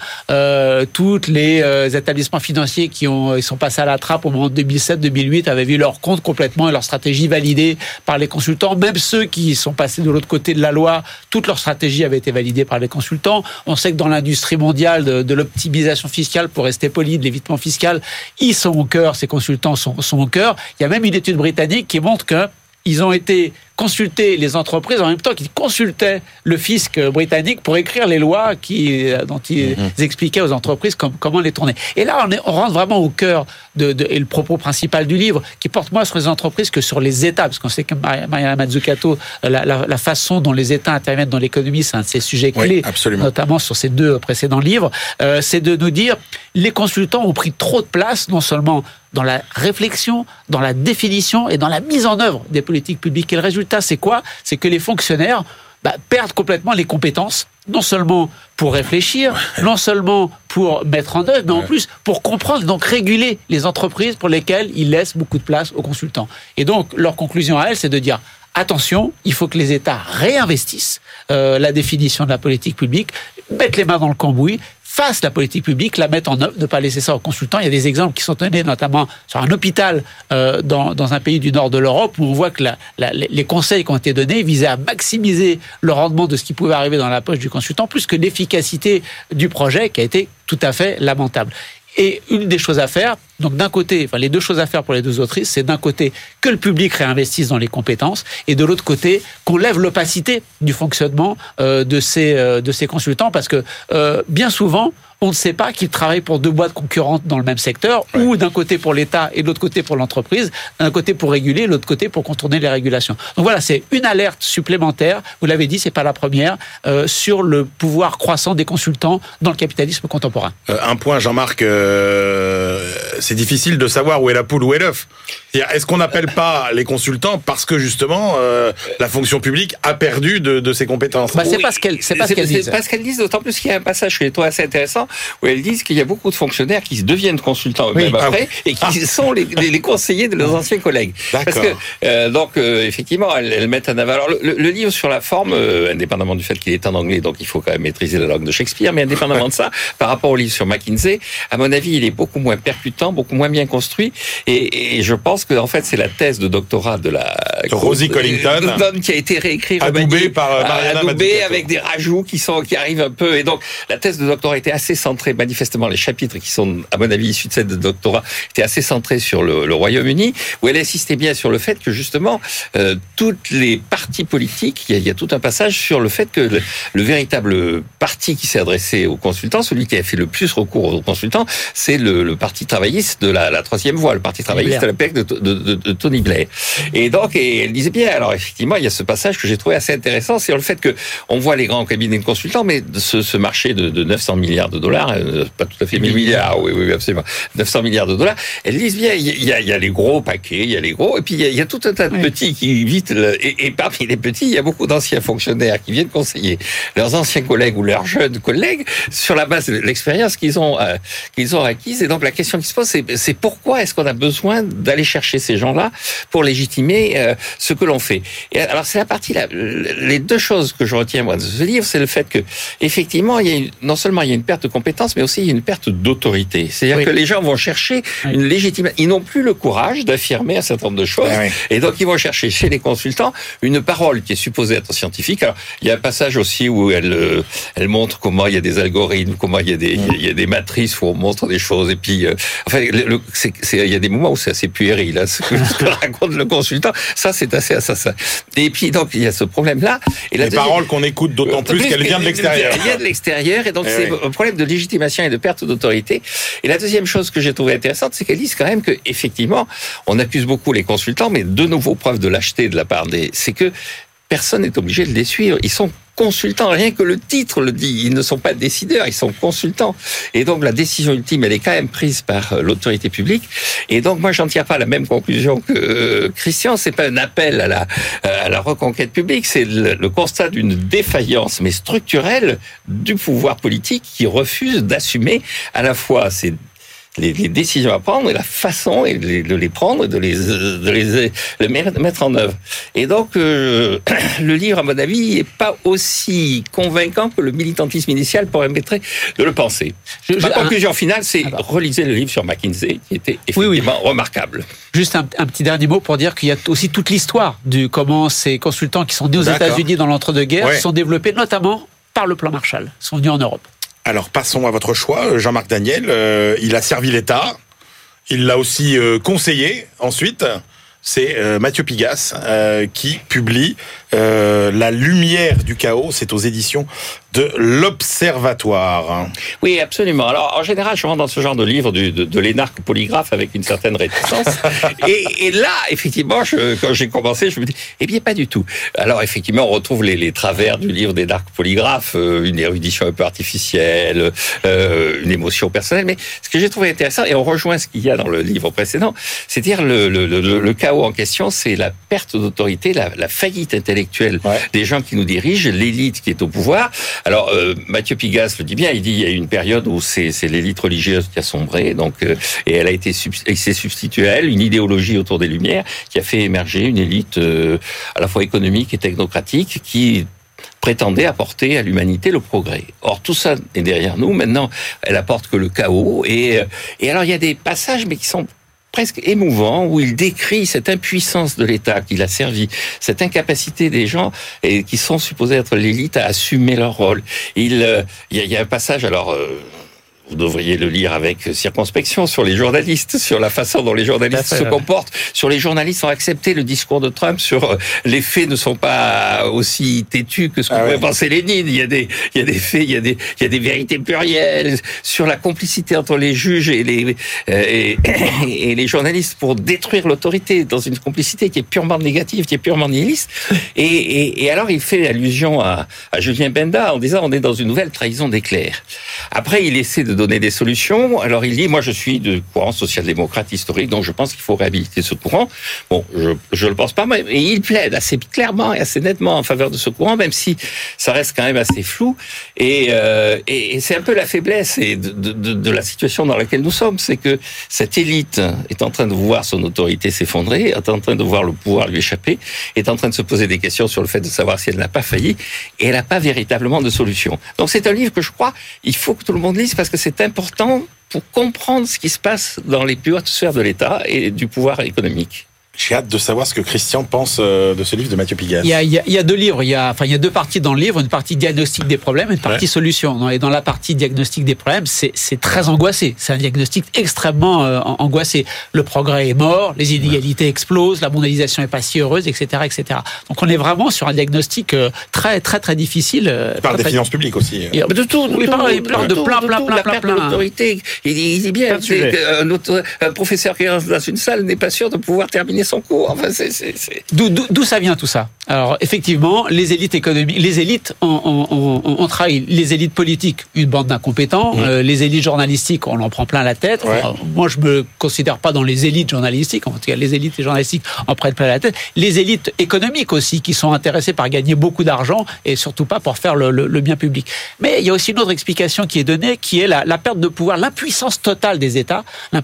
Toutes les établissements financiers ils sont passés à la trappe au moment de 2007-2008 avaient vu leur compte complètement et leur stratégie validée par les consultants. Même ceux qui sont passés de l'autre côté de la loi, toute leur stratégie avait été validée par les consultants. On sait que dans l'industrie mondiale de l'optimisation fiscale, pour rester poli, de l'évitement fiscal, ils sont au cœur, ces consultants sont au cœur. Il y a même une étude britannique qui montre que ils ont été consulter les entreprises en même temps qu'ils consultaient le fisc britannique pour écrire les lois dont ils expliquaient aux entreprises comment les tourner. Et là, on rentre vraiment au cœur et le propos principal du livre, qui porte moins sur les entreprises que sur les États, parce qu'on sait que Mariana Mazzucato, la façon dont les États interviennent dans l'économie, c'est un de ses sujets clés, notamment sur ces deux précédents livres, c'est de nous dire les consultants ont pris trop de place, non seulement dans la réflexion, dans la définition et dans la mise en œuvre des politiques publiques. Et le résultat, c'est quoi? C'est que les fonctionnaires perdent complètement les compétences, non seulement pour réfléchir, non seulement pour mettre en œuvre, mais en plus pour comprendre, donc réguler les entreprises pour lesquelles ils laissent beaucoup de place aux consultants. Et donc, leur conclusion à elles, c'est de dire attention, il faut que les États réinvestissent la définition de la politique publique, mettent les mains dans le cambouis, fassent la politique publique, la mettent en œuvre, ne pas laisser ça aux consultants. Il y a des exemples qui sont donnés, notamment sur un hôpital dans un pays du nord de l'Europe, où on voit que les conseils qui ont été donnés visaient à maximiser le rendement de ce qui pouvait arriver dans la poche du consultant, plus que l'efficacité du projet, qui a été tout à fait lamentable. Et une des choses à faire, donc d'un côté, les deux choses à faire pour les deux autrices, c'est d'un côté que le public réinvestisse dans les compétences et de l'autre côté qu'on lève l'opacité du fonctionnement de ces consultants, parce que bien souvent, on ne sait pas qu'ils travaillent pour deux boîtes concurrentes dans le même secteur, ou d'un côté pour l'État et de l'autre côté pour l'entreprise, d'un côté pour réguler, de l'autre côté pour contourner les régulations. Donc voilà, c'est une alerte supplémentaire, vous l'avez dit, c'est pas la première, sur le pouvoir croissant des consultants dans le capitalisme contemporain. Un point, Jean-Marc, c'est difficile de savoir où est la poule, où est l'œuf. Est-ce qu'on n'appelle pas les consultants parce que justement la fonction publique a perdu de ses compétences? C'est pas ce qu'elle dit. C'est pas ce qu'elle dit, d'autant plus qu'il y a un passage que je trouve assez intéressant où elles disent qu'il y a beaucoup de fonctionnaires qui deviennent consultants eux-mêmes après et qui sont les conseillers de leurs anciens collègues. D'accord. Parce que effectivement, elles mettent en avant. Alors le livre sur la forme, indépendamment du fait qu'il est en anglais, donc il faut quand même maîtriser la langue de Shakespeare, mais indépendamment de ça, par rapport au livre sur McKinsey, à mon avis, il est beaucoup moins percutant, beaucoup moins bien construit, et je pense que en fait c'est la thèse de doctorat de Rosie Collington qui a été réécrite, adoubée par Mariana Mazzucato, avec des rajouts qui arrivent un peu, et donc la thèse de doctorat était assez centrée, manifestement les chapitres qui sont à mon avis issus de cette de doctorat étaient assez centrés sur le Royaume-Uni, où elle insistait bien sur le fait que justement toutes les partis politiques, il y a tout un passage sur le fait que le véritable parti qui s'est adressé aux consultants, celui qui a fait le plus recours aux consultants, c'est le parti travailliste de la troisième voie, le parti travailliste à l'époque de Tony Blair. Et donc, elle disait bien, alors effectivement, il y a ce passage que j'ai trouvé assez intéressant, c'est le fait que on voit les grands cabinets de consultants, mais ce marché de 900 milliards de dollars, pas tout à fait 1000 milliards, oui, absolument, 900 milliards de dollars, elles disent bien, il y a les gros paquets, il y a les gros, et puis il y a tout un tas de petits qui vite, et parmi les petits, il y a beaucoup d'anciens fonctionnaires qui viennent conseiller leurs anciens collègues ou leurs jeunes collègues sur la base de l'expérience qu'ils ont acquise. Et donc la question qui se pose, c'est pourquoi est-ce qu'on a besoin d'aller chercher ces gens-là pour légitimer ce que l'on fait. Et alors c'est la partie là, les deux choses que je retiens moi de ce livre, c'est le fait que effectivement non seulement il y a une perte de compétences, mais aussi il y a une perte d'autorité. C'est-à-dire que les gens vont chercher une légitimité. Ils n'ont plus le courage d'affirmer un certain nombre de choses, et donc ils vont chercher chez les consultants une parole qui est supposée être scientifique. Alors il y a un passage aussi où elle montre comment il y a des algorithmes, comment il y a des matrices où on montre des choses, et puis enfin il y a des moments où c'est assez puéril ce que raconte le consultant. Ça c'est assez assassin. Et puis donc il y a ce problème-là. Et les paroles qu'on écoute d'autant plus qu'elles viennent de l'extérieur. Elle vient de l'extérieur, et donc c'est un problème de légitimation et de perte d'autorité. Et la deuxième chose que j'ai trouvée intéressante, c'est qu'elle dit quand même que effectivement, on accuse beaucoup les consultants, mais de nouveau preuve de lâcheté de la part c'est que personne n'est obligé de les suivre. Ils sont consultants, rien que le titre le dit. Ils ne sont pas décideurs, ils sont consultants. Et donc la décision ultime, elle est quand même prise par l'autorité publique. Et donc moi, j'en tire pas la même conclusion que Christian. C'est pas un appel à la reconquête publique, c'est le constat d'une défaillance, mais structurelle, du pouvoir politique qui refuse d'assumer à la fois les décisions à prendre et la façon de les prendre et de les mettre en œuvre. Et donc, le livre, à mon avis, n'est pas aussi convaincant que le militantisme initial permettrait de le penser. Ma conclusion finale, c'est relisez le livre sur McKinsey, qui était effectivement remarquable. Juste un petit dernier mot pour dire qu'il y a aussi toute l'histoire de comment ces consultants qui sont nés aux États-Unis dans l'entre-deux-guerres sont développés notamment par le plan Marshall, sont venus en Europe. Alors passons à votre choix, Jean-Marc Daniel. Il a servi l'État, il l'a aussi conseillé ensuite. C'est Mathieu Pigasse qui publie La lumière du chaos. C'est aux éditions de l'Observatoire. Oui, absolument. Alors, en général, je rentre dans ce genre de livre de l'énarque polygraphe avec une certaine réticence. et là, effectivement, quand j'ai commencé, je me dis, eh bien, pas du tout. Alors, effectivement, on retrouve les travers du livre d'énarque polygraphe, une érudition un peu artificielle, une émotion personnelle. Mais ce que j'ai trouvé intéressant, et on rejoint ce qu'il y a dans le livre précédent, c'est-à-dire le chaos en question, c'est la perte d'autorité, la faillite intellectuelle des gens qui nous dirigent, l'élite qui est au pouvoir. Alors, Mathieu Pigasse le dit bien, il dit il y a eu une période où c'est l'élite religieuse qui a sombré, donc, et elle s'est substituée à elle une idéologie autour des Lumières qui a fait émerger une élite à la fois économique et technocratique qui prétendait apporter à l'humanité le progrès. Or, tout ça est derrière nous. Maintenant, elle apporte que le chaos. Et alors, il y a des passages, mais qui sont presque émouvant, où il décrit cette impuissance de l'État qu'il a servi, cette incapacité des gens et qui sont supposés être l'élite à assumer leur rôle. Il y a un passage, alors vous devriez le lire avec circonspection, sur les journalistes, sur la façon dont les journalistes se comportent, sur les journalistes ont accepté le discours de Trump, sur les faits ne sont pas aussi têtus que ce qu'on pourrait penser Lénine. Il y a des faits, il y a des vérités plurielles, sur la complicité entre les juges et les journalistes pour détruire l'autorité dans une complicité qui est purement négative, qui est purement nihiliste. Et alors il fait allusion à Julien Benda en disant on est dans une nouvelle trahison d'éclair. Après il essaie de donner des solutions. Alors il dit, moi je suis de courant social-démocrate historique, donc je pense qu'il faut réhabiliter ce courant. Bon, je le pense pas, mais il plaide assez clairement et assez nettement en faveur de ce courant, même si ça reste quand même assez flou. Et c'est un peu la faiblesse de la situation dans laquelle nous sommes, c'est que cette élite est en train de voir son autorité s'effondrer, est en train de voir le pouvoir lui échapper, est en train de se poser des questions sur le fait de savoir si elle n'a pas failli, et elle n'a pas véritablement de solution. Donc c'est un livre que je crois, il faut que tout le monde lise, parce que c'est important pour comprendre ce qui se passe dans les plus hautes sphères de l'État et du pouvoir économique. J'ai hâte de savoir ce que Christian pense de ce livre de Mathieu Pigasse. Il y a deux livres. Il y a deux parties dans le livre. Une partie diagnostic des problèmes et une partie solution. Et dans la partie diagnostic des problèmes, c'est très angoissé. C'est un diagnostic extrêmement angoissé. Le progrès est mort, les inégalités explosent, la mondialisation est pas si heureuse, etc., etc. Donc on est vraiment sur un diagnostic très, très, très difficile. Il parle des finances publiques aussi. De tout. Il parle de plein. La perte de l'autorité. Il dit bien un professeur qui rentre dans une salle n'est pas sûr de pouvoir terminer son cours. Enfin, D'où ça vient tout ça? Alors effectivement, les élites économiques, les élites on travaille, les élites politiques, une bande d'incompétents, les élites journalistiques, on en prend plein la tête. Ouais. Enfin, moi, je me considère pas dans les élites journalistiques, en tout cas les élites journalistiques en prennent plein la tête. Les élites économiques aussi, qui sont intéressées par gagner beaucoup d'argent et surtout pas pour faire le bien public. Mais il y a aussi une autre explication qui est donnée, qui est la perte de pouvoir, l'impuissance totale des États,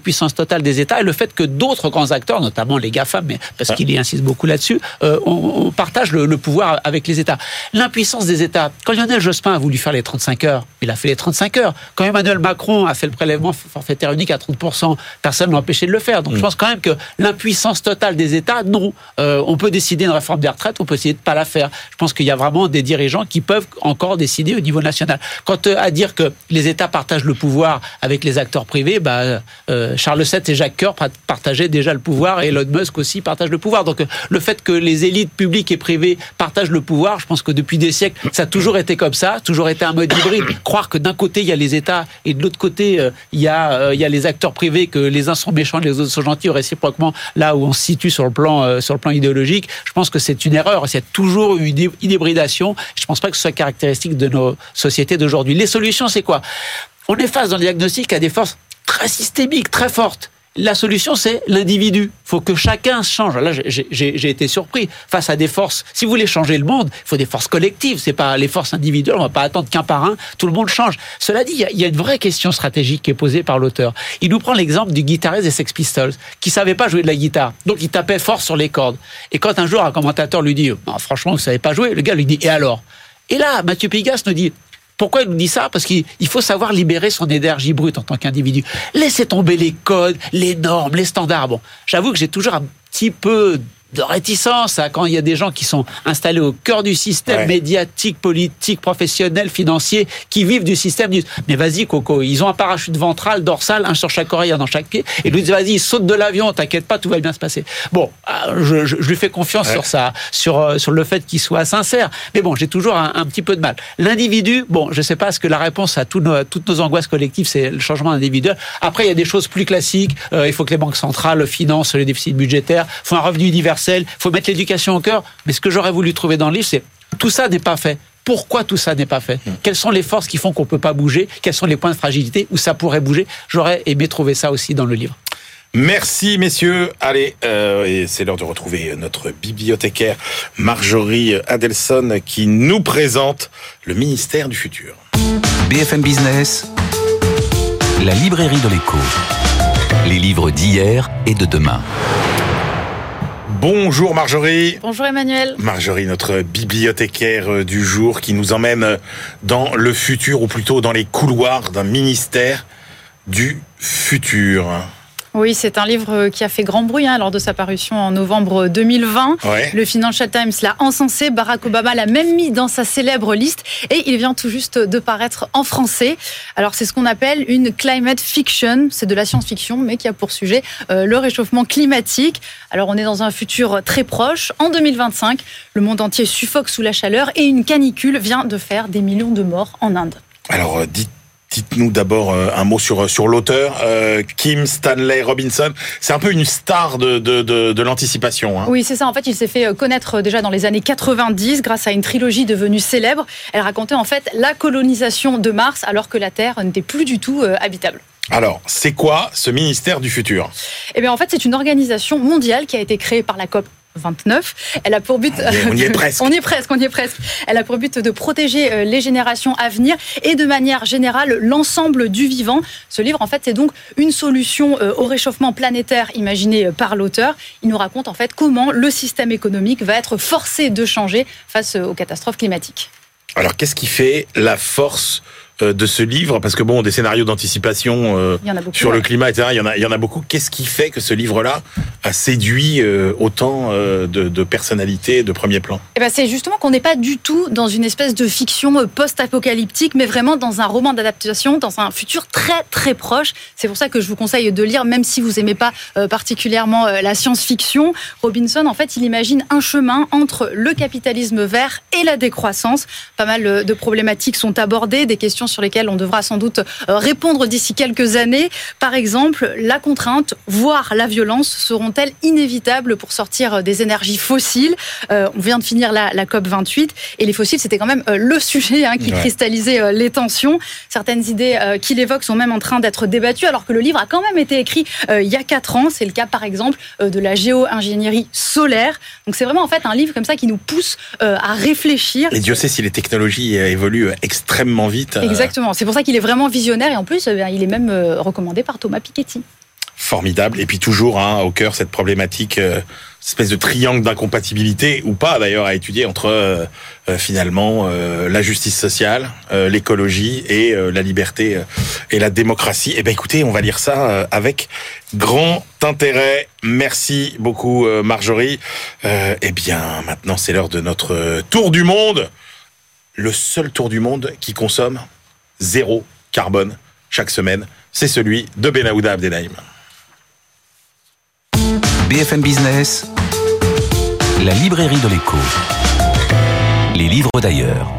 et le fait que d'autres grands acteurs, notamment les GAFA, mais parce qu'il y insiste beaucoup là-dessus, on partage le pouvoir avec les États. L'impuissance des États. Quand Lionel Jospin a voulu faire les 35 heures, il a fait les 35 heures. Quand Emmanuel Macron a fait le prélèvement forfaitaire unique à 30%, personne ne l'a empêché de le faire. Donc je pense quand même que l'impuissance totale des États, non. On peut décider une réforme des retraites, on peut essayer de pas la faire. Je pense qu'il y a vraiment des dirigeants qui peuvent encore décider au niveau national. Quant à dire que les États partagent le pouvoir avec les acteurs privés, Charles VII et Jacques Coeur partageaient déjà le pouvoir, et Elon Musk aussi partage le pouvoir. Donc le fait que les élites publiques et privées partagent le pouvoir, je pense que depuis des siècles, ça a toujours été comme ça, toujours été un mode hybride. Croire que d'un côté il y a les États et de l'autre côté il y a les acteurs privés, que les uns sont méchants, les autres sont gentils, réciproquement, là où on se situe sur le plan idéologique, je pense que c'est une erreur. Il y a toujours eu une hybridation. Je ne pense pas que ce soit caractéristique de nos sociétés d'aujourd'hui. Les solutions, c'est quoi? On est face dans le diagnostic à des forces très systémiques, très fortes. La solution, c'est l'individu. Il faut que chacun change. Là, j'ai été surpris face à des forces. Si vous voulez changer le monde, il faut des forces collectives. C'est pas les forces individuelles. On va pas attendre qu'un par un, tout le monde change. Cela dit, il y a une vraie question stratégique qui est posée par l'auteur. Il nous prend l'exemple du guitariste des Sex Pistols, qui savait pas jouer de la guitare. Donc, il tapait fort sur les cordes. Et quand un jour, un commentateur lui dit, franchement, vous savez pas jouer, le gars lui dit, et alors? Et là, Mathieu Pigasse nous dit, pourquoi il nous dit ça? Parce qu'il faut savoir libérer son énergie brute en tant qu'individu. Laissez tomber les codes, les normes, les standards. Bon, j'avoue que j'ai toujours un petit peu de réticence quand il y a des gens qui sont installés au cœur du système médiatique, politique, professionnel, financier, qui vivent du système. Mais vas-y, Coco, ils ont un parachute ventral, dorsal, un sur chaque oreille, un dans chaque pied, et lui disent, vas-y, saute de l'avion, t'inquiète pas, tout va bien se passer. Bon, je lui fais confiance sur ça, sur le fait qu'il soit sincère. Mais bon, j'ai toujours un petit peu de mal. L'individu, bon, je sais pas, est-ce que la réponse à toutes nos angoisses collectives, c'est le changement individuel. Après, il y a des choses plus classiques. Il faut que les banques centrales financent les déficits budgétaires. Il faut un revenu universel. Il faut mettre l'éducation au cœur. Mais ce que j'aurais voulu trouver dans le livre, c'est tout ça n'est pas fait. Pourquoi tout ça n'est pas fait? Quelles sont les forces qui font qu'on ne peut pas bouger? Quels sont les points de fragilité où ça pourrait bouger? J'aurais aimé trouver ça aussi dans le livre. Merci messieurs. Allez, et c'est l'heure de retrouver notre bibliothécaire Marjorie Adelson qui nous présente le ministère du futur. BFM Business, la librairie de l'écho. Les livres d'hier et de demain. Bonjour Marjorie. Bonjour Emmanuel. Marjorie, notre bibliothécaire du jour qui nous emmène dans le futur, ou plutôt dans les couloirs d'un ministère du futur. Oui, c'est un livre qui a fait grand bruit lors de sa parution en novembre 2020. Ouais. Le Financial Times l'a encensé, Barack Obama l'a même mis dans sa célèbre liste et il vient tout juste de paraître en français. Alors c'est ce qu'on appelle une climate fiction, c'est de la science-fiction mais qui a pour sujet le réchauffement climatique. Alors on est dans un futur très proche. En 2025, le monde entier suffoque sous la chaleur et une canicule vient de faire des millions de morts en Inde. Alors, dites-nous d'abord un mot sur l'auteur, Kim Stanley Robinson. C'est un peu une star de l'anticipation. Hein. Oui, c'est ça. En fait, il s'est fait connaître déjà dans les années 90 grâce à une trilogie devenue célèbre. Elle racontait en fait la colonisation de Mars alors que la Terre n'était plus du tout habitable. Alors, c'est quoi ce ministère du futur ? Eh bien, en fait, c'est une organisation mondiale qui a été créée par la COP 29. Elle a pour but... On y est presque. On y est presque. Elle a pour but de protéger les générations à venir et de manière générale l'ensemble du vivant. Ce livre, en fait, c'est donc une solution au réchauffement planétaire imaginé par l'auteur. Il nous raconte en fait comment le système économique va être forcé de changer face aux catastrophes climatiques. Alors, qu'est-ce qui fait la force de ce livre ? Parce que des scénarios d'anticipation sur le climat, etc., il y en a beaucoup. Qu'est-ce qui fait que ce livre-là a séduit autant de personnalités de premier plan ? Eh ben, c'est justement qu'on n'est pas du tout dans une espèce de fiction post-apocalyptique, mais vraiment dans un roman d'adaptation, dans un futur très très proche. C'est pour ça que je vous conseille de lire, même si vous aimez pas particulièrement la science-fiction. Robinson, en fait, il imagine un chemin entre le capitalisme vert et la décroissance. Pas mal de problématiques sont abordées, des questions sur lesquelles on devra sans doute répondre d'ici quelques années. Par exemple, la contrainte, voire la violence, seront-elles inévitables pour sortir des énergies fossiles ? On vient de finir la COP 28 et les fossiles, c'était quand même le sujet qui cristallisait les tensions. Certaines idées qu'il évoque sont même en train d'être débattues alors que le livre a quand même été écrit il y a 4 ans. C'est le cas par exemple de la géo-ingénierie solaire. Donc c'est vraiment en fait un livre comme ça qui nous pousse à réfléchir. Et Dieu sait si les technologies évoluent extrêmement vite. Exactement, c'est pour ça qu'il est vraiment visionnaire et en plus il est même recommandé par Thomas Piketty. Formidable. Et puis toujours au cœur cette problématique, espèce de triangle d'incompatibilité ou pas d'ailleurs à étudier entre finalement la justice sociale, l'écologie et la liberté et la démocratie. Eh bien écoutez, on va lire ça avec grand intérêt. Merci beaucoup Marjorie. Eh bien maintenant c'est l'heure de notre tour du monde. Le seul tour du monde qui consomme 0 carbone chaque semaine, c'est celui de Benahouda Abdelhaim. BFM Business, la librairie de l'écho. Les livres d'ailleurs.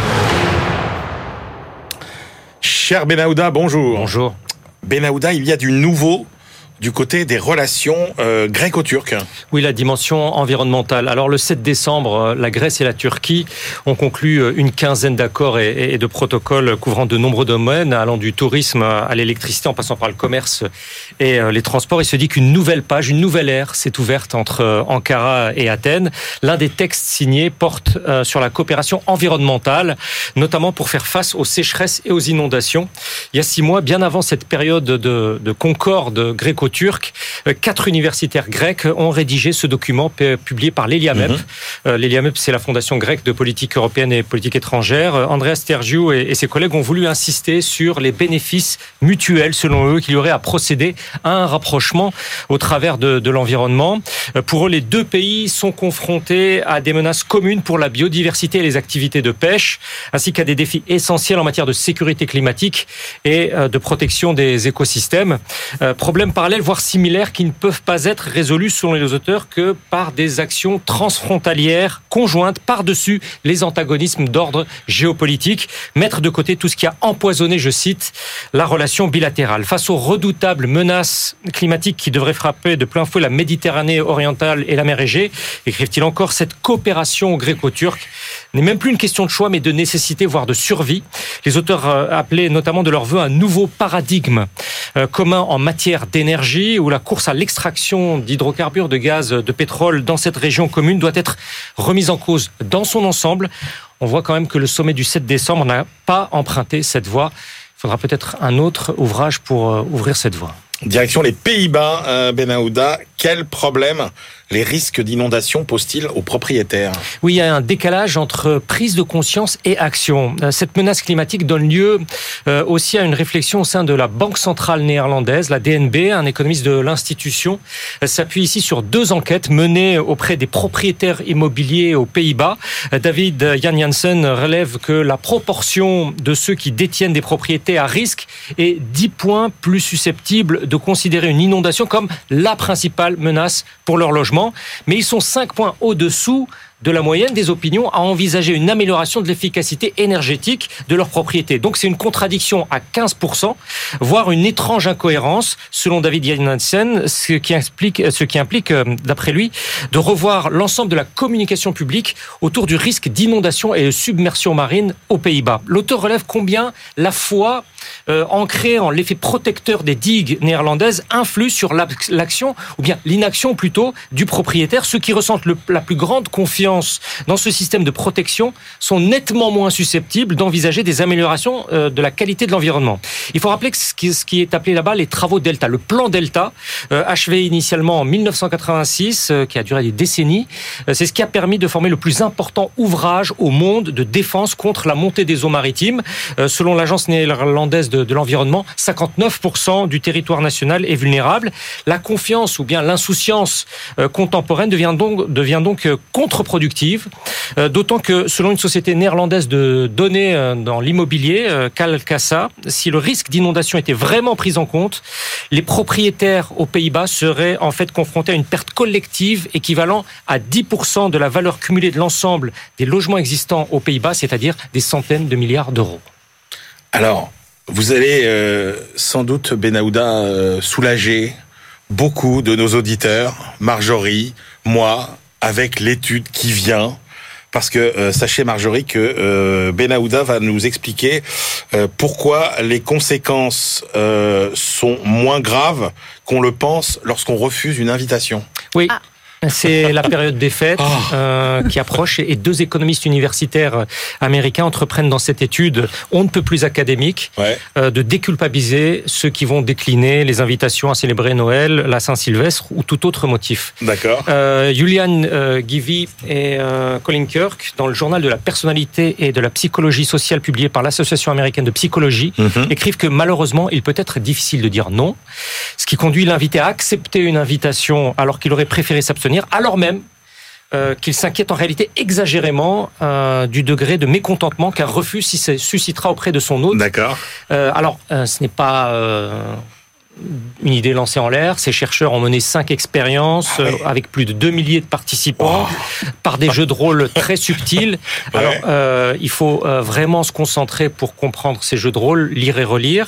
Cher Benahouda, bonjour. Bonjour. Benahouda, il y a du nouveau du côté des relations gréco-turques. Oui, la dimension environnementale. Alors le 7 décembre, la Grèce et la Turquie ont conclu une quinzaine d'accords et de protocoles couvrant de nombreux domaines, allant du tourisme à l'électricité en passant par le commerce et les transports. Il se dit qu'une nouvelle page, une nouvelle ère s'est ouverte entre Ankara et Athènes. L'un des textes signés porte sur la coopération environnementale, notamment pour faire face aux sécheresses et aux inondations. Il y a 6 mois, bien avant cette période de concorde gréco-turque, 4 universitaires grecs ont rédigé ce document publié par l'Eliamep. L'Eliamep, c'est la fondation grecque de politique européenne et politique étrangère. Andreas Tergiou et ses collègues ont voulu insister sur les bénéfices mutuels, selon eux, qu'il y aurait à procéder à un rapprochement au travers de l'environnement. Pour eux, les 2 pays sont confrontés à des menaces communes pour la biodiversité et les activités de pêche, ainsi qu'à des défis essentiels en matière de sécurité climatique et de protection des écosystèmes. Problème parallèle, voire similaires, qui ne peuvent pas être résolus, selon les auteurs, que par des actions transfrontalières conjointes par-dessus les antagonismes d'ordre géopolitique. Mettre de côté tout ce qui a empoisonné, je cite, la relation bilatérale. Face aux redoutables menaces climatiques qui devraient frapper de plein fouet la Méditerranée orientale et la mer Égée, écrivent-ils encore, cette coopération gréco-turque n'est même plus une question de choix, mais de nécessité, voire de survie. Les auteurs appelaient notamment de leur vœu un nouveau paradigme commun en matière d'énergie, où la course à l'extraction d'hydrocarbures, de gaz, de pétrole dans cette région commune doit être remise en cause dans son ensemble. On voit quand même que le sommet du 7 décembre n'a pas emprunté cette voie. Il faudra peut-être un autre ouvrage pour ouvrir cette voie. Direction les Pays-Bas, Benahouda. Quel problème les risques d'inondation posent-ils aux propriétaires ? Oui, il y a un décalage entre prise de conscience et action. Cette menace climatique donne lieu aussi à une réflexion au sein de la Banque centrale néerlandaise, la DNB. Un économiste de l'institution s'appuie ici sur 2 enquêtes menées auprès des propriétaires immobiliers aux Pays-Bas. David Jan Janssen relève que la proportion de ceux qui détiennent des propriétés à risque est 10 points plus susceptible de considérer une inondation comme la principale menace pour leur logement. Mais ils sont 5 points au-dessous de la moyenne des opinions à envisager une amélioration de l'efficacité énergétique de leur propriété. Donc c'est une contradiction à 15%, voire une étrange incohérence, selon David Janssen, ce qui implique, d'après lui, de revoir l'ensemble de la communication publique autour du risque d'inondation et de submersion marine aux Pays-Bas. L'auteur relève combien la foi ancrée en l'effet protecteur des digues néerlandaises influe sur l'action, ou bien l'inaction plutôt, du propriétaire. Ceux qui ressentent la plus grande confiance dans ce système de protection sont nettement moins susceptibles d'envisager des améliorations de la qualité de l'environnement. Il faut rappeler que ce qui est appelé là-bas les travaux Delta, le plan Delta, achevé initialement en 1986, qui a duré des décennies, c'est ce qui a permis de former le plus important ouvrage au monde de défense contre la montée des eaux maritimes. Selon l'agence néerlandaise de l'environnement, 59% du territoire national est vulnérable. La confiance ou bien l'insouciance contemporaine devient donc contre-productive, d'autant que selon une société néerlandaise de données dans l'immobilier, Calcassa, si le risque d'inondation était vraiment pris en compte, les propriétaires aux Pays-Bas seraient en fait confrontés à une perte collective équivalent à 10% de la valeur cumulée de l'ensemble des logements existants aux Pays-Bas, c'est-à-dire des centaines de milliards d'euros. Alors, vous allez sans doute, Benahouda, soulager beaucoup de nos auditeurs, Marjorie, moi, avec l'étude qui vient, parce que sachez Marjorie que Benahouda va nous expliquer pourquoi les conséquences sont moins graves qu'on le pense lorsqu'on refuse une invitation. Oui. C'est la période des fêtes qui approche et 2 économistes universitaires américains entreprennent dans cette étude on ne peut plus académique de déculpabiliser ceux qui vont décliner les invitations à célébrer Noël, la Saint-Sylvestre ou tout autre motif. D'accord. Julian Givey et Colin Kirk, dans le journal de la personnalité et de la psychologie sociale publié par l'Association américaine de psychologie, écrivent que malheureusement il peut être difficile de dire non, ce qui conduit l'invité à accepter une invitation alors qu'il aurait préféré s'abstenir, alors même qu'il s'inquiète en réalité exagérément du degré de mécontentement qu'un refus suscitera auprès de son hôte. D'accord. Alors, ce n'est pas une idée lancée en l'air. Ces chercheurs ont mené 5 expériences avec plus de 2 milliers de participants par des jeux de rôle très subtils. Alors, il faut vraiment se concentrer pour comprendre ces jeux de rôle, lire et relire,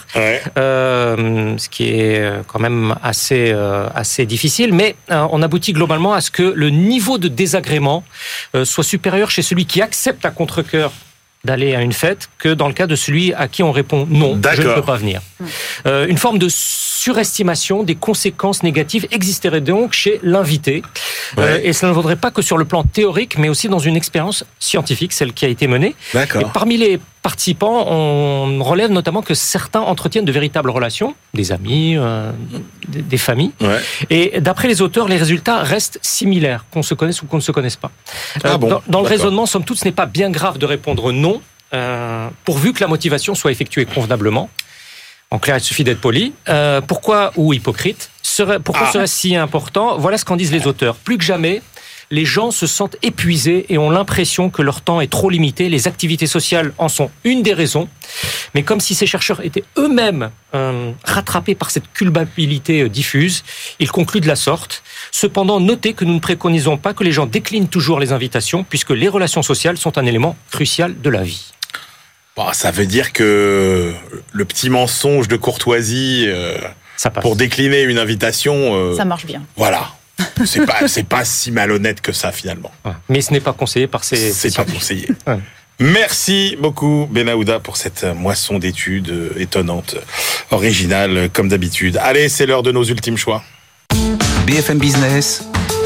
ce qui est quand même assez difficile. Mais on aboutit globalement à ce que le niveau de désagrément soit supérieur chez celui qui accepte à contre-cœur d'aller à une fête que dans le cas de celui à qui on répond non, je ne peux pas venir. Une forme de surestimation des conséquences négatives existerait donc chez l'invité. Et cela ne vaudrait pas que sur le plan théorique, mais aussi dans une expérience scientifique, celle qui a été menée. D'accord. Et parmi les participants, on relève notamment que certains entretiennent de véritables relations, des amis, des familles. Et d'après les auteurs, les résultats restent similaires, qu'on se connaisse ou qu'on ne se connaisse pas. Dans le raisonnement, somme toute, ce n'est pas bien grave de répondre non, pourvu que la motivation soit effectuée convenablement. En clair, il suffit d'être poli. Pourquoi, ou hypocrite, pourquoi serait-ce si important ? Voilà ce qu'en disent les auteurs. Plus que jamais, les gens se sentent épuisés et ont l'impression que leur temps est trop limité. Les activités sociales en sont une des raisons. Mais comme si ces chercheurs étaient eux-mêmes rattrapés par cette culpabilité diffuse, ils concluent de la sorte. Cependant, notez que nous ne préconisons pas que les gens déclinent toujours les invitations, puisque les relations sociales sont un élément crucial de la vie. Ça veut dire que le petit mensonge de courtoisie pour décliner une invitation... ça marche bien. Voilà. C'est pas si malhonnête que ça, finalement. Mais ce n'est pas conseillé par ces... C'est pas conseillé. Merci beaucoup, Benahouda, pour cette moisson d'études étonnante, originale, comme d'habitude. Allez, c'est l'heure de nos ultimes choix. BFM Business,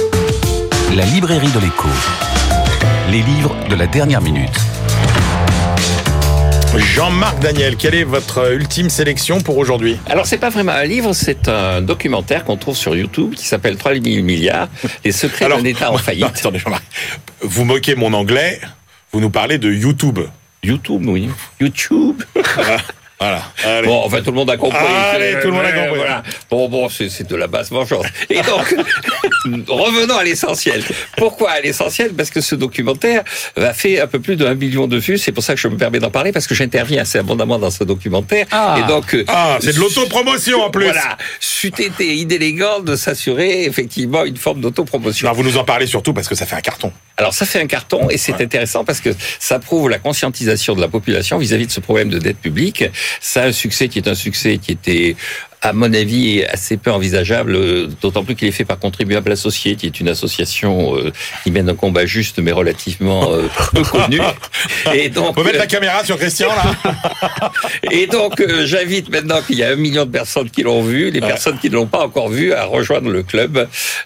la librairie de l'écho. Les livres de la dernière minute. Jean-Marc Daniel, quelle est votre ultime sélection pour aujourd'hui? Alors, c'est pas vraiment un livre, c'est un documentaire qu'on trouve sur YouTube qui s'appelle 3 000 milliards, les secrets d'un État en faillite. Attendez, Jean-Marc, vous moquez mon anglais, vous nous parlez de YouTube. YouTube, oui. YouTube. Voilà. Allez. Bon, enfin, tout le monde a compris. Allez, tout le monde a compris. Voilà. Bon, c'est de la basse vengeance. Et donc, revenons à l'essentiel. Pourquoi à l'essentiel? Parce que ce documentaire a fait un peu plus d'1 million de vues. C'est pour ça que je me permets d'en parler, parce que j'interviens assez abondamment dans ce documentaire. Et donc, c'est de l'autopromotion en plus. Voilà. C'eût été inélégant de s'assurer effectivement une forme d'autopromotion. Non, vous nous en parlez surtout parce que ça fait un carton. Alors, ça fait un carton et c'est intéressant parce que ça prouve la conscientisation de la population vis-à-vis de ce problème de dette publique. Ça a un succès qui était, à mon avis, assez peu envisageable, d'autant plus qu'il est fait par Contribuables Associés, qui est une association qui mène un combat juste, mais relativement peu connu. Et donc, faut mettre la caméra sur Christian, là. Et donc, j'invite maintenant qu'il y a 1 million de personnes qui l'ont vu, les personnes qui ne l'ont pas encore vu, à rejoindre le club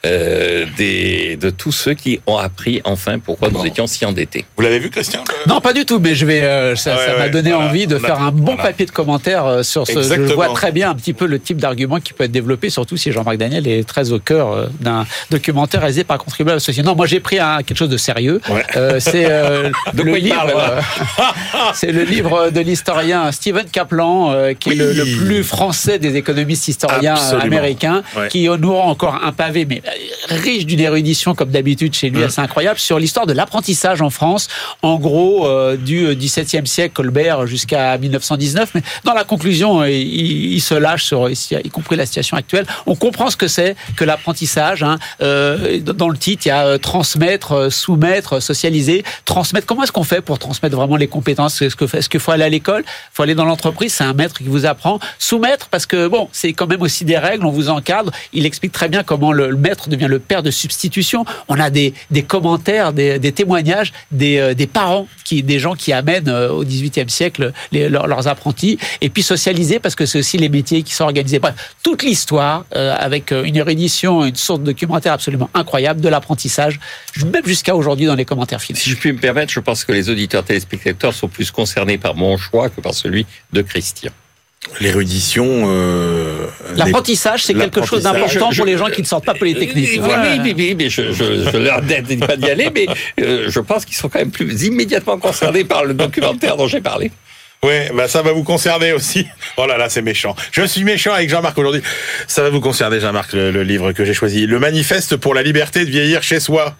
de tous ceux qui ont appris enfin pourquoi nous étions si endettés. Vous l'avez vu, Christian? Non, pas du tout, mais je vais. Ça m'a donné envie de faire un bon papier de commentaires sur ce. Exactement. Je vois très bien un petit peu le type d'argument qui peut être développé, surtout si Jean-Marc Daniel est très au cœur d'un documentaire réalisé par Contribuables Associés. Non, moi j'ai pris quelque chose de sérieux. Ouais. C'est le livre. C'est le livre de l'historien Stephen Kaplan, qui est le plus français des économistes historiens américains, qui nous rend encore un pavé, mais riche d'une érudition comme d'habitude chez lui, assez incroyable, sur l'histoire de l'apprentissage en France. En gros, du XVIIe siècle, Colbert, jusqu'à 1919. Mais dans la conclusion, il se lâche sur, y compris la situation actuelle. On comprend ce que c'est que l'apprentissage. Dans le titre, il y a transmettre, soumettre, socialiser. Transmettre, comment est-ce qu'on fait pour transmettre vraiment les compétences? Est-ce qu'il faut aller à l'école? Il faut aller dans l'entreprise? C'est un maître qui vous apprend. Soumettre, parce que bon, c'est quand même aussi des règles, on vous encadre. Il explique très bien comment le maître devient le père de substitution. On a des commentaires, des témoignages des parents, des gens qui amènent au XVIIIe siècle leurs apprentis. Et puis socialiser, parce que c'est aussi les métiers qui sont organisés. Bref, toute l'histoire, avec une érudition, une sorte de documentaire absolument incroyable de l'apprentissage, même jusqu'à aujourd'hui dans les commentaires finaux. Si je puis me permettre, je pense que les auditeurs téléspectateurs sont plus concernés par mon choix que par celui de Christian. L'érudition... L'apprentissage, c'est quelque chose d'important pour les gens qui ne sortent pas Polytechnique. Oui, mais je leur dis pas d'y aller, mais je pense qu'ils sont quand même plus immédiatement concernés par le documentaire dont j'ai parlé. Oui, ça va vous concerner aussi. Oh là là, c'est méchant. Je suis méchant avec Jean-Marc aujourd'hui. Ça va vous concerner, Jean-Marc, le livre que j'ai choisi. Le manifeste pour la liberté de vieillir chez soi.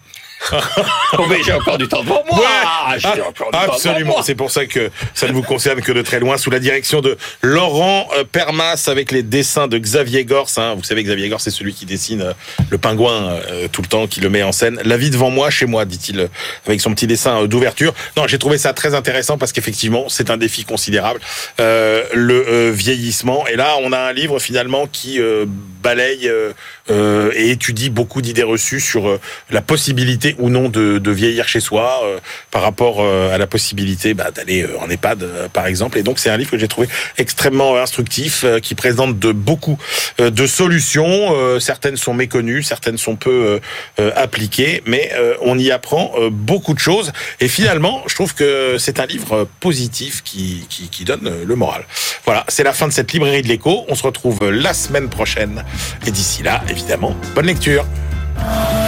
Oh, mais j'ai encore du temps devant moi. Ouais, absolument. C'est pour ça que ça ne vous concerne que de très loin, sous la direction de Laurent Permas, avec les dessins de Xavier Gors. Vous savez, Xavier Gors, c'est celui qui dessine le pingouin tout le temps, qui le met en scène. La vie devant moi, chez moi, dit-il, avec son petit dessin d'ouverture. Non, j'ai trouvé ça très intéressant parce qu'effectivement, c'est un défi considérable, le vieillissement. Et là, on a un livre finalement qui balaye et étudie beaucoup d'idées reçues sur la possibilité ou non de vieillir chez soi par rapport à la possibilité d'aller en EHPAD par exemple. Et donc c'est un livre que j'ai trouvé extrêmement instructif, qui présente beaucoup de solutions. Certaines sont méconnues, certaines sont peu appliquées, mais on y apprend beaucoup de choses. Et finalement, je trouve que c'est un livre positif qui donne le moral. Voilà, c'est la fin de cette librairie de l'écho. On se retrouve la semaine prochaine. Et d'ici là, évidemment, bonne lecture.